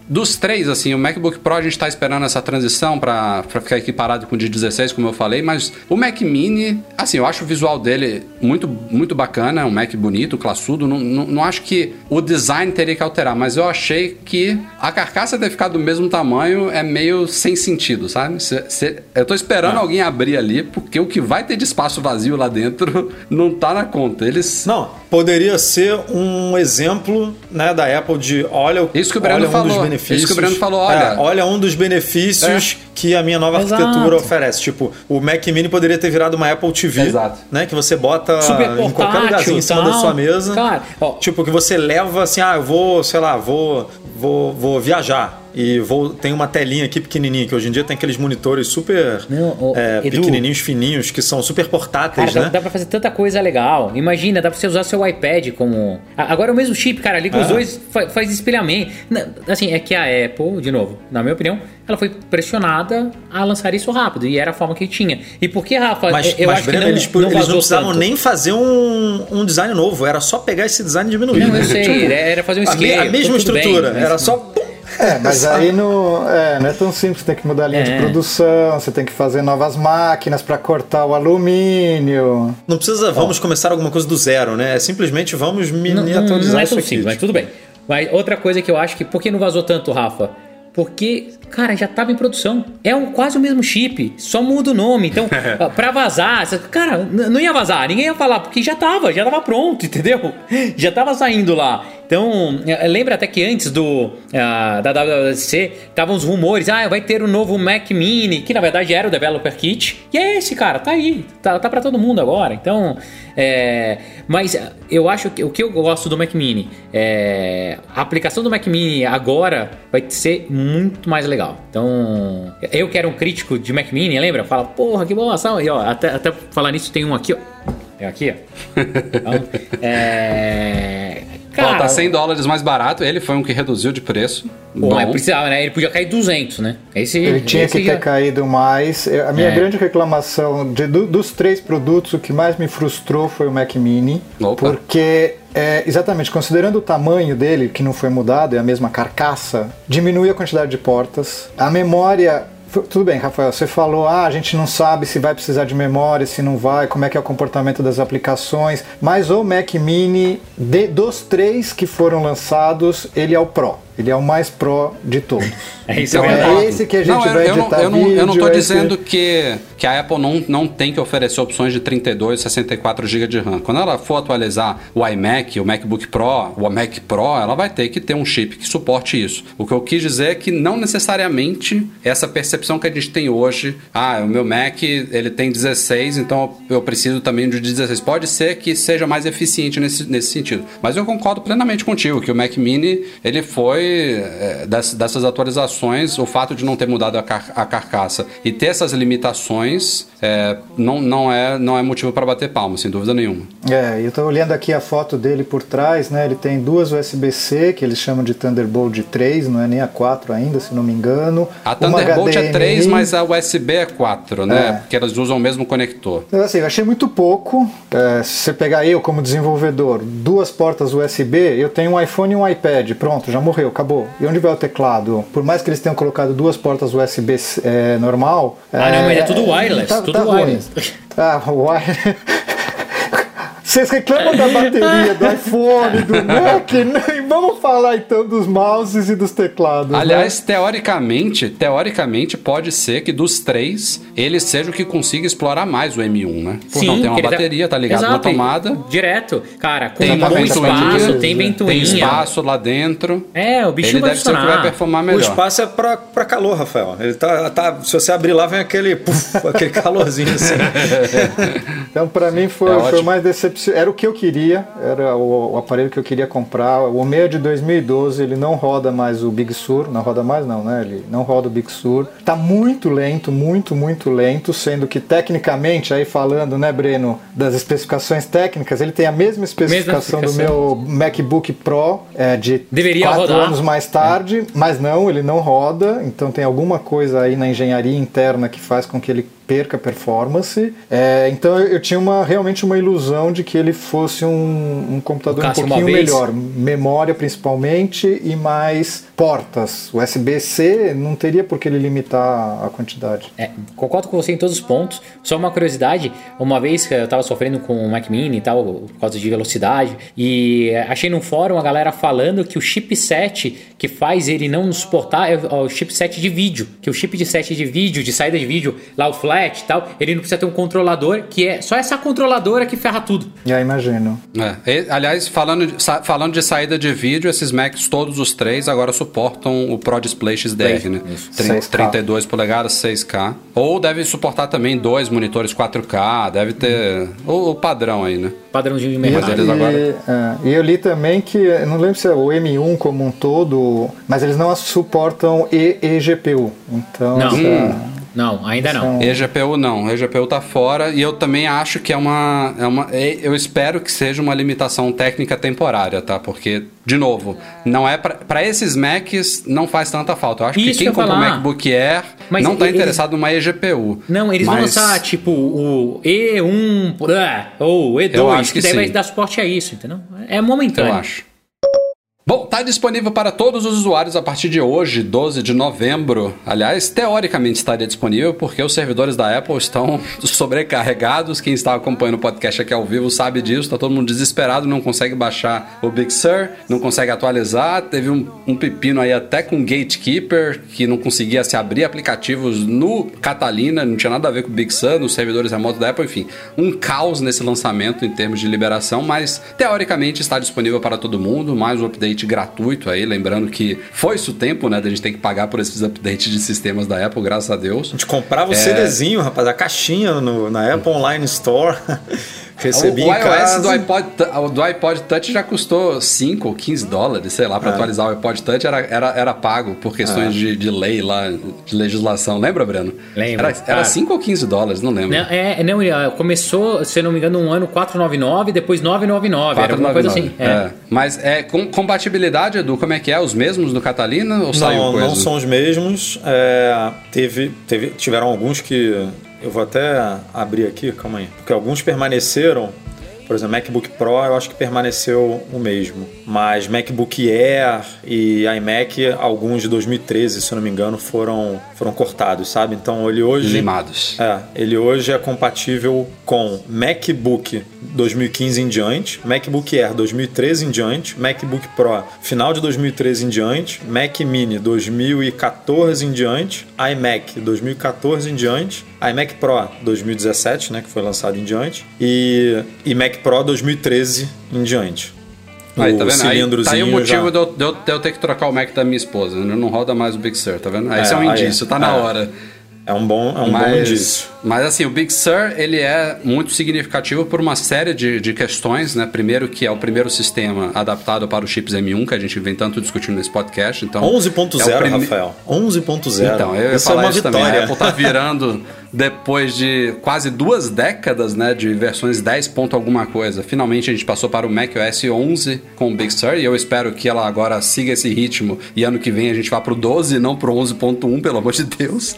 dos três, assim, o MacBook Pro a gente tá esperando essa transição pra ficar equiparado com o de 16, como eu falei, mas o Mac Mini, assim, eu acho o visual dele muito, muito bacana, é um Mac bonito, classudo, não acho que o design teria que alterar, mas eu achei que a carcaça ter ficado do mesmo tamanho é meio sem sentido, sabe? Eu tô esperando alguém abrir ali, porque o que vai ter de espaço vazio lá dentro não tá na conta. Não, poderia ser um exemplo, né, da Apple de isso que o Breno falou. Dos benefícios. Isso que o Breno falou, olha um dos benefícios que a minha nova arquitetura oferece. Tipo, o Mac Mini poderia ter virado uma Apple TV, exato, né, que você bota super em qualquer lugarzinho em cima da sua mesa. Cara, tipo, que você leva assim, eu vou, sei lá, vou viajar. E tem uma telinha aqui pequenininha, que hoje em dia tem aqueles monitores super pequenininhos, fininhos, que são super portáteis, cara, né? Dá pra fazer tanta coisa legal. Imagina, dá pra você usar seu iPad como... Agora é o mesmo chip, cara, liga os dois, faz espelhamento. Assim, é que a Apple, de novo, na minha opinião, ela foi pressionada a lançar isso rápido, e era a forma que tinha. E por que, Rafa? Eu acho Breno, que eles não precisavam nem fazer um design novo, era só pegar esse design e diminuir. Não, eu sei, era fazer um esquema. A mesma estrutura, bem, era só... mas aí não é tão simples, você tem que mudar a linha de produção, você tem que fazer novas máquinas para cortar o alumínio. Não precisa, vamos começar alguma coisa do zero, né? É simplesmente vamos miniaturizar não é isso tão aqui. simples, mas tudo bem. Mas outra coisa que eu acho que... Por que não vazou tanto, Rafa? Porque, cara, já estava em produção. É quase o mesmo chip, só muda o nome. Então, pra vazar, cara, não ia vazar, ninguém ia falar, porque já tava pronto, entendeu? Já tava saindo lá. Então, lembra até que antes da WWDC, estavam os rumores, vai ter um novo Mac Mini, que na verdade era o Developer Kit. E é esse, cara, tá aí, tá pra todo mundo agora. Então, mas eu acho que o que eu gosto do Mac Mini, a aplicação do Mac Mini agora vai ser muito mais legal. Então, eu que era um crítico de Mac Mini, lembra? Fala, porra, que boa ação. E ó, até falar nisso, tem um aqui, ó. É aqui, ó. Então, cara, tá $100 mais barato. Ele foi um que reduziu de preço. Mas precisava, né? Ele podia cair 200, né? Ele tinha que ter caído mais. A minha grande reclamação dos três produtos, o que mais me frustrou foi o Mac Mini. Opa. Porque, exatamente, considerando o tamanho dele, que não foi mudado, é a mesma carcaça, diminui a quantidade de portas. A memória... Tudo bem, Rafael, você falou, a gente não sabe se vai precisar de memória, se não vai, como é que é o comportamento das aplicações, mas o Mac Mini, dos três que foram lançados, ele é o Pro. Ele é o mais Pro de todos. Então, é esse que a gente vai editar vídeo. Eu não tô dizendo que a Apple não tem que oferecer opções de 32 e 64 GB de RAM. Quando ela for atualizar o iMac, o MacBook Pro, o Mac Pro, ela vai ter que ter um chip que suporte isso. O que eu quis dizer é que não necessariamente essa percepção que a gente tem hoje, o meu Mac ele tem 16, então eu preciso também de 16. Pode ser que seja mais eficiente nesse sentido. Mas eu concordo plenamente contigo, que o Mac Mini, ele foi dessas atualizações, o fato de não ter mudado a carcaça e ter essas limitações não é motivo para bater palma, sem dúvida nenhuma. Eu estou olhando aqui a foto dele por trás, né? Ele tem duas USB-C, que eles chamam de Thunderbolt 3, não é nem a 4 ainda, se não me engano. A Thunderbolt é 3, mas a USB é 4, né? Porque elas usam o mesmo conector. Então, assim, eu achei muito pouco. Se você pegar eu como desenvolvedor, duas portas USB, eu tenho um iPhone e um iPad, pronto, já morreu, acabou. E onde vai o teclado? Por mais que eles tenham colocado duas portas USB normal... não, mas é tudo wireless, tudo wireless. Wireless. Vocês reclamam da bateria do iPhone, do Mac, e vamos falar então dos mouses e dos teclados. Aliás, teoricamente pode ser que dos três, ele seja o que consiga explorar mais o M1, né? Por não ter uma bateria, tá ligado na tomada. Direto. Cara, tem muito espaço, tem ventoinha. Tem espaço lá dentro. O bicho ele vai deve ser o que vai performar melhor. O espaço é pra calor, Rafael. Ele se você abrir lá, vem aquele calorzinho assim. Então, pra mim, foi mais decepcionante. Era o que eu queria, era o aparelho que eu queria comprar. O meu de 2012, ele não roda mais o Big Sur, não roda mais não, né? Ele não roda o Big Sur. Tá muito lento, muito lento, sendo que tecnicamente, aí falando, né, Breno, das especificações técnicas, ele tem a mesma especificação do meu MacBook Pro, de 4 anos mais tarde, mas não, ele não roda, então tem alguma coisa aí na engenharia interna que faz com que ele perca performance. Então eu tinha realmente uma ilusão de que ele fosse um computador um pouquinho melhor, memória principalmente e mais portas. O USB-C não teria por que ele limitar a quantidade. Concordo com você em todos os pontos. Só uma curiosidade, uma vez que eu estava sofrendo com o Mac Mini e tal, por causa de velocidade, e achei no fórum a galera falando que o chipset que faz ele não suportar é o chipset de vídeo, que o chipset de vídeo, de saída de vídeo, lá o flat e tal, ele não precisa ter um controlador, que é só essa controladora que ferra tudo. Imagino. Aliás, falando de saída de vídeo, esses Macs, todos os três, agora suportam o Pro Display XDR, né? 32 polegadas, 6K. Ou deve suportar também 2 monitores 4K, deve ter o padrão aí, né? Padrãozinho de mercado. E eu li também que, eu não lembro se é o M1 como um todo, mas eles não suportam eGPU. Então, não, ainda não. eGPU não, eGPU tá fora, e eu também acho que eu espero que seja uma limitação técnica temporária, tá? Porque, de novo, não é para esses Macs não faz tanta falta. Eu acho que quem compra o MacBook Air não tá interessado numa eGPU. Não, eles vão lançar tipo o E1 ou o E2, que daí vai dar suporte a isso, entendeu? É momentâneo. Eu acho. Bom, está disponível para todos os usuários a partir de hoje, 12 de novembro. Aliás, teoricamente estaria disponível porque os servidores da Apple estão sobrecarregados. Quem está acompanhando o podcast aqui ao vivo sabe disso. Está todo mundo desesperado, não consegue baixar o Big Sur, não consegue atualizar. Teve um pepino aí até com o Gatekeeper, que não conseguia se abrir aplicativos no Catalina, não tinha nada a ver com o Big Sur, nos servidores remotos da Apple. Enfim, um caos nesse lançamento em termos de liberação, mas teoricamente está disponível para todo mundo. Mais um update gratuito aí, lembrando que foi-se o tempo, né, da gente ter que pagar por esses updates de sistemas da Apple, graças a Deus. A gente comprava o CDzinho, rapaz, a caixinha na Apple Online Store. Recebi o em casa. do iPod Touch já custou 5 ou 15 dólares, sei lá, para atualizar o iPod Touch era pago por questões de lei lá, de legislação. Lembra, Breno? Lembro. Era 5 ou 15 dólares, não lembro. Não, começou, se não me engano, um ano $499, depois $999, era alguma coisa assim. Mas com compatibilidade, Edu, como é que é? Os mesmos do Catalina ou saiu coisa? Não são os mesmos. Tiveram alguns que... Eu vou até abrir aqui, calma aí. Porque alguns permaneceram. Por exemplo, MacBook Pro eu acho que permaneceu o mesmo. Mas MacBook Air e iMac, alguns de 2013, se eu não me engano, foram cortados, sabe? Então ele hoje... Limados. Ele hoje é compatível com MacBook 2015 em diante, MacBook Air 2013 em diante, MacBook Pro final de 2013 em diante, Mac Mini 2014 em diante, iMac 2014 em diante, iMac Pro 2017, né, que foi lançado em diante, e Mac Pro 2013 em diante. Aí, tá vendo? Tá aí o motivo de eu ter que trocar o Mac da minha esposa. Não roda mais o Big Sur, tá vendo? Esse é um indício, tá na hora. É um bom indício. Mas assim, o Big Sur, ele é muito significativo por uma série de questões, né? Primeiro que é o primeiro sistema adaptado para os chips M1, que a gente vem tanto discutindo nesse podcast. Então, 11.0, Rafael. 11.0. Então, eu ia falar isso também. A Apple tá virando, depois de quase 2 décadas, né? De versões 10 ponto alguma coisa. Finalmente a gente passou para o macOS 11 com o Big Sur, e eu espero que ela agora siga esse ritmo e ano que vem a gente vá para o 12 e não para o 11.1, pelo amor de Deus.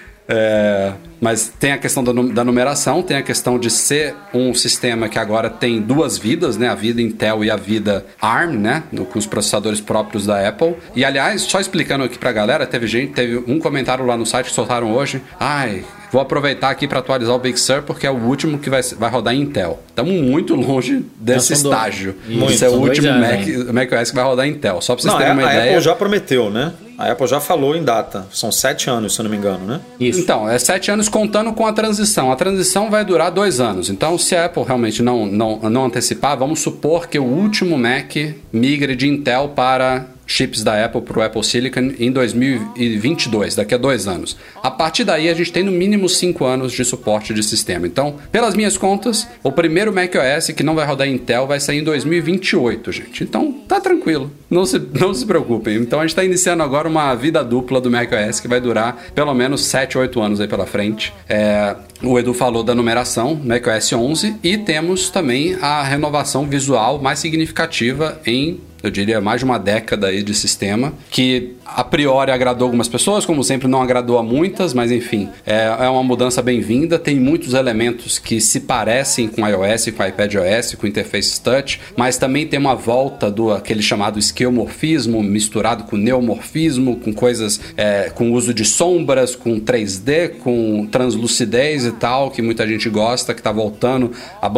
Mas tem a questão da numeração, tem a questão de ser um sistema que agora tem 2 vidas, né? A vida Intel e a vida ARM, né? Com os processadores próprios da Apple. E aliás, só explicando aqui pra galera, teve um comentário lá no site que soltaram hoje. Vou aproveitar aqui para atualizar o Big Sur porque é o último que vai rodar em Intel. Estamos muito longe desse estágio. Esse é o último macOS que vai rodar em Intel. Só para vocês terem uma ideia. A Apple já prometeu, né? A Apple já falou em data. São 7 anos, se eu não me engano, né? Isso. Então, é 7 anos contando com a transição. A transição vai durar 2 anos. Então, se a Apple realmente não antecipar, vamos supor que o último Mac migre de Intel para chips da Apple para o Apple Silicon em 2022, daqui a 2 anos. A partir daí, a gente tem no mínimo 5 anos de suporte de sistema. Então, pelas minhas contas, o primeiro macOS que não vai rodar em Intel vai sair em 2028, gente. Então, tá tranquilo. Não se preocupem. Então, a gente está iniciando agora uma vida dupla do macOS que vai durar pelo menos 7, 8 anos aí pela frente. O Edu falou da numeração, macOS 11, e temos também a renovação visual mais significativa em, eu diria, mais de uma década aí de sistema, que a priori agradou algumas pessoas, como sempre não agradou a muitas, mas enfim, é uma mudança bem-vinda. Tem muitos elementos que se parecem com iOS, com iPadOS, com interface touch, mas também tem uma volta do aquele chamado esquemorfismo misturado com neomorfismo, com coisas com uso de sombras, com 3D, com translucidez e tal, que muita gente gosta, que tá voltando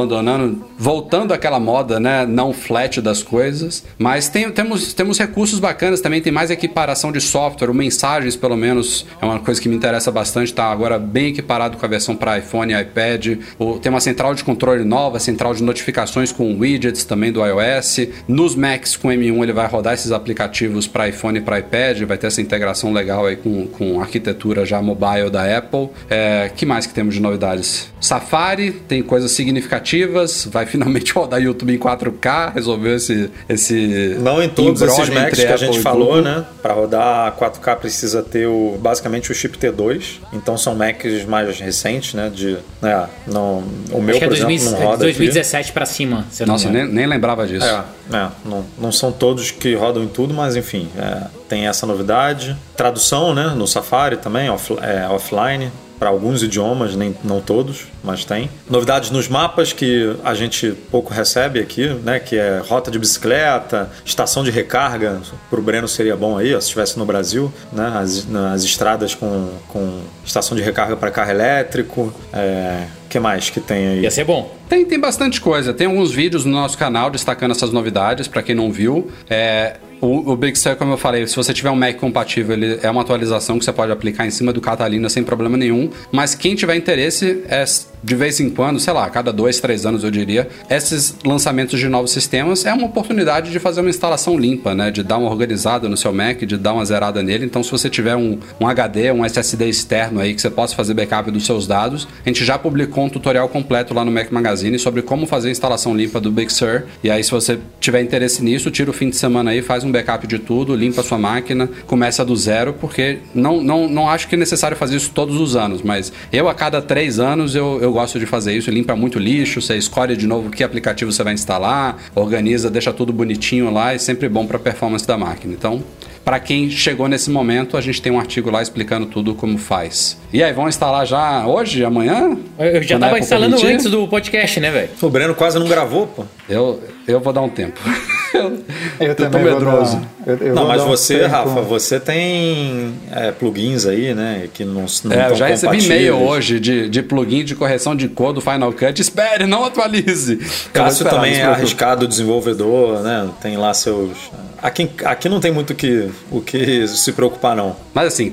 àquela moda, né, não flat das coisas. Mas temos recursos bacanas também, tem mais equiparação de software, o Mensagens pelo menos é uma coisa que me interessa bastante, tá agora bem equiparado com a versão para iPhone e iPad. Tem uma central de controle nova, central de notificações com widgets também do iOS. Nos Macs com M1 ele vai rodar esses aplicativos para iPhone e para iPad, vai ter essa integração legal aí com a arquitetura já mobile da Apple. Que mais que temos de novidades? Safari tem coisas significativas, vai finalmente rodar YouTube em 4K, resolveu esse não em todos esses Macs que a gente falou, Google, né? Para rodar 4K precisa ter basicamente o chip T2, então são Macs mais recentes, né? O meu, acho que por exemplo, não roda 2017 para cima. Nossa, nem lembrava disso. Não são todos que rodam em tudo, mas enfim, tem essa novidade. Tradução, né? No Safari também, offline. Para alguns idiomas, não todos, mas tem. Novidades nos mapas que a gente pouco recebe aqui, né? Que é rota de bicicleta, estação de recarga. Para o Breno seria bom aí, se estivesse no Brasil, né? As estradas com estação de recarga para carro elétrico. Que mais que tem aí? Ia ser bom. Tem bastante coisa. Tem alguns vídeos no nosso canal destacando essas novidades, para quem não viu. O Big Sur, como eu falei, se você tiver um Mac compatível, ele é uma atualização que você pode aplicar em cima do Catalina sem problema nenhum. Mas quem tiver interesse, de vez em quando, sei lá, a cada 2-3 anos eu diria, esses lançamentos de novos sistemas é uma oportunidade de fazer uma instalação limpa, né? De dar uma organizada no seu Mac, de dar uma zerada nele. Então, se você tiver um HD, um SSD externo aí que você possa fazer backup dos seus dados, a gente já publicou um tutorial completo lá no Mac Magazine sobre como fazer a instalação limpa do Big Sur. E aí, se você tiver interesse nisso, tira o fim de semana aí, faz um backup de tudo, limpa a sua máquina, começa do zero, porque não acho que é necessário fazer isso todos os anos, mas a cada 3 anos eu gosto de fazer isso, limpa muito lixo, você escolhe de novo que aplicativo você vai instalar, organiza, deixa tudo bonitinho lá, é sempre bom para a performance da máquina. Então, para quem chegou nesse momento, a gente tem um artigo lá explicando tudo como faz. E aí, vão instalar já hoje, amanhã? Eu já tava instalando antes do podcast, né, velho? O Breno quase não gravou, pô. Eu vou dar um tempo. Eu tô medroso. Mas você, Rafa, você tem plugins aí, né? Que não eu já recebi e-mail hoje de plugin de correção de cor do Final Cut. Espere, não atualize. Cássio também é arriscado desenvolvedor, né? Tem lá seus... Aqui não tem muito o que se preocupar, não. Mas assim,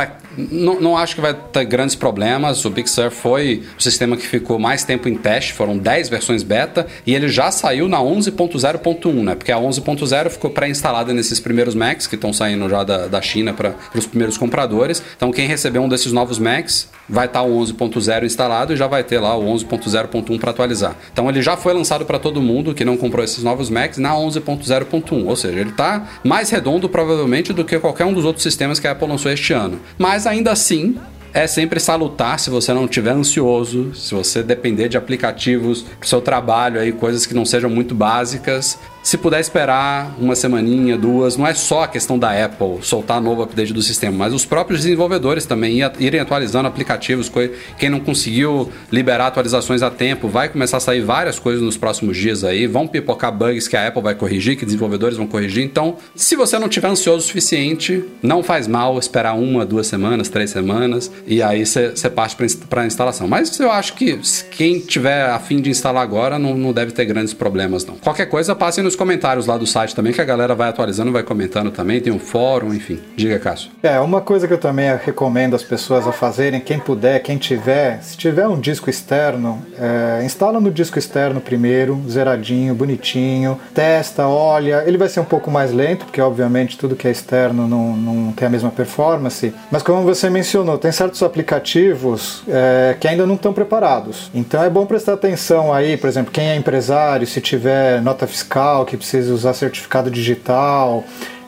não acho que vai ter grandes problemas. O Big Sur foi o sistema que ficou mais tempo em teste, foram 10 versões beta, e ele já saiu na 11.0.1, né? Porque a 11.0 ficou pré-instalada nesses primeiros Macs que estão saindo já da China para os primeiros compradores. Então quem receber um desses novos Macs vai estar o 11.0 instalado e já vai ter lá o 11.0.1 para atualizar. Então ele já foi lançado para todo mundo que não comprou esses novos Macs na 11.0.1, ou seja, ele está mais redondo provavelmente do que qualquer um dos outros sistemas que a Apple lançou este ano. Mas ainda assim, é sempre salutar se você não estiver ansioso, se você depender de aplicativos para o seu trabalho, aí, coisas que não sejam muito básicas. Se puder esperar uma semaninha, 2, não é só a questão da Apple soltar novo update do sistema, mas os próprios desenvolvedores também irem atualizando aplicativos. Quem não conseguiu liberar atualizações a tempo, vai começar a sair várias coisas nos próximos dias aí, vão pipocar bugs que a Apple vai corrigir, que desenvolvedores vão corrigir. Então, se você não estiver ansioso o suficiente, não faz mal esperar 1, 2 semanas, 3 semanas, e aí você parte para a instalação. Mas eu acho que quem tiver a fim de instalar agora não deve ter grandes problemas, não. Qualquer coisa, passem nos comentários lá do site também, que a galera vai atualizando, vai comentando também, tem um fórum, enfim. Diga, Cássio. Uma coisa que eu também recomendo as pessoas a fazerem, quem puder, quem tiver, se tiver um disco externo, instala no disco externo primeiro, zeradinho, bonitinho, testa, olha, ele vai ser um pouco mais lento, porque obviamente tudo que é externo não tem a mesma performance, mas como você mencionou, tem certos aplicativos que ainda não estão preparados, então é bom prestar atenção aí, por exemplo, quem é empresário, se tiver nota fiscal, que precisa usar certificado digital,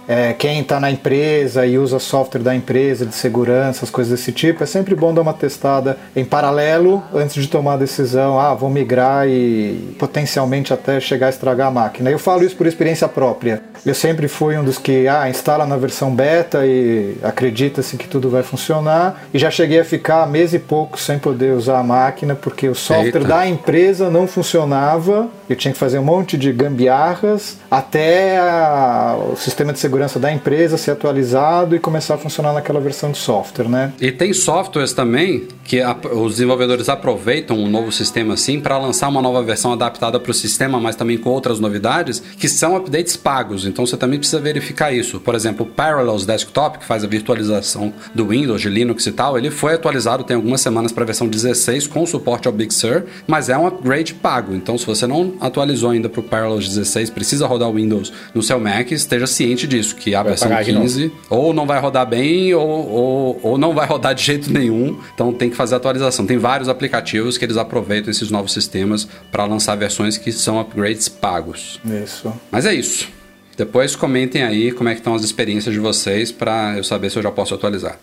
quem está na empresa e usa software da empresa de segurança, as coisas desse tipo, é sempre bom dar uma testada em paralelo antes de tomar a decisão, vou migrar e potencialmente até chegar a estragar a máquina. Eu falo isso por experiência própria. Eu sempre fui um dos que instala na versão beta e acredita-se que tudo vai funcionar, e já cheguei a ficar mês e pouco sem poder usar a máquina porque o software da empresa não funcionava. Eu tinha que fazer um monte de gambiarras até o sistema de segurança da empresa ser atualizado e começar a funcionar naquela versão de software, né? E tem softwares também que os desenvolvedores aproveitam um novo sistema assim para lançar uma nova versão adaptada para o sistema, mas também com outras novidades, que são updates pagos. Então você também precisa verificar isso. Por exemplo, o Parallels Desktop, que faz a virtualização do Windows, de Linux e tal, ele foi atualizado tem algumas semanas para a versão 16 com suporte ao Big Sur, mas é um upgrade pago. Então se você não atualizou ainda para o Parallels 16, precisa rodar o Windows no seu Mac, esteja ciente disso, que a versão 15 ou não vai rodar bem ou não vai rodar de jeito nenhum. Então tem que fazer a atualização. Tem vários aplicativos que eles aproveitam esses novos sistemas para lançar versões que são upgrades pagos. Isso. Mas é isso. Depois comentem aí como é que estão as experiências de vocês para eu saber se eu já posso atualizar.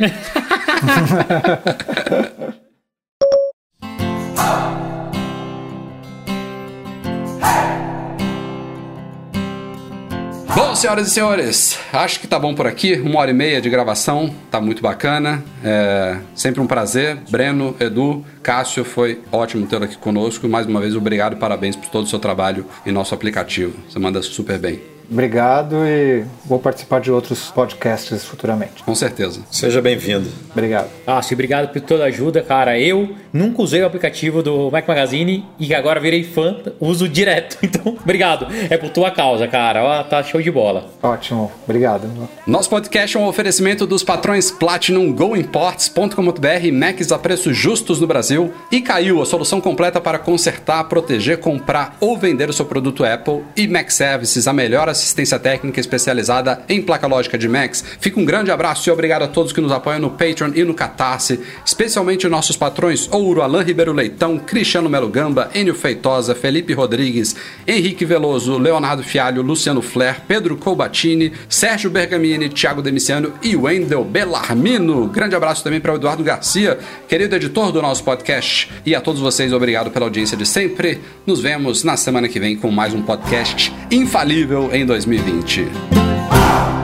Bom, senhoras e senhores, acho que tá bom por aqui. 1h30 de gravação, tá muito bacana. Sempre um prazer. Breno, Edu, Cássio, foi ótimo tê-lo aqui conosco. Mais uma vez, obrigado e parabéns por todo o seu trabalho em nosso aplicativo. Você manda super bem. Obrigado e vou participar de outros podcasts futuramente. Com certeza. Seja bem-vindo. Obrigado. Obrigado por toda a ajuda, cara. Eu nunca usei o aplicativo do Mac Magazine e agora virei fã, uso direto. Então, obrigado. É por tua causa, cara. Tá show de bola. Ótimo. Obrigado. Nosso podcast é um oferecimento dos patrões Platinum, GoImports.com.br, Macs a preços justos no Brasil, e Caiu, a solução completa para consertar, proteger, comprar ou vender o seu produto Apple, e Mac Services, a melhor assistência técnica especializada em placa lógica de Macs. Fica um grande abraço e obrigado a todos que nos apoiam no Patreon e no Catarse, especialmente nossos patrões Ouro, Alain Ribeiro Leitão, Cristiano Melo Gamba, Enio Feitosa, Felipe Rodrigues, Henrique Veloso, Leonardo Fialho, Luciano Flair, Pedro Colbatini, Sérgio Bergamini, Thiago Demiciano e Wendel Bellarmino. Grande abraço também para o Eduardo Garcia, querido editor do nosso podcast, e a todos vocês, obrigado pela audiência de sempre. Nos vemos na semana que vem com mais um podcast infalível em 2020.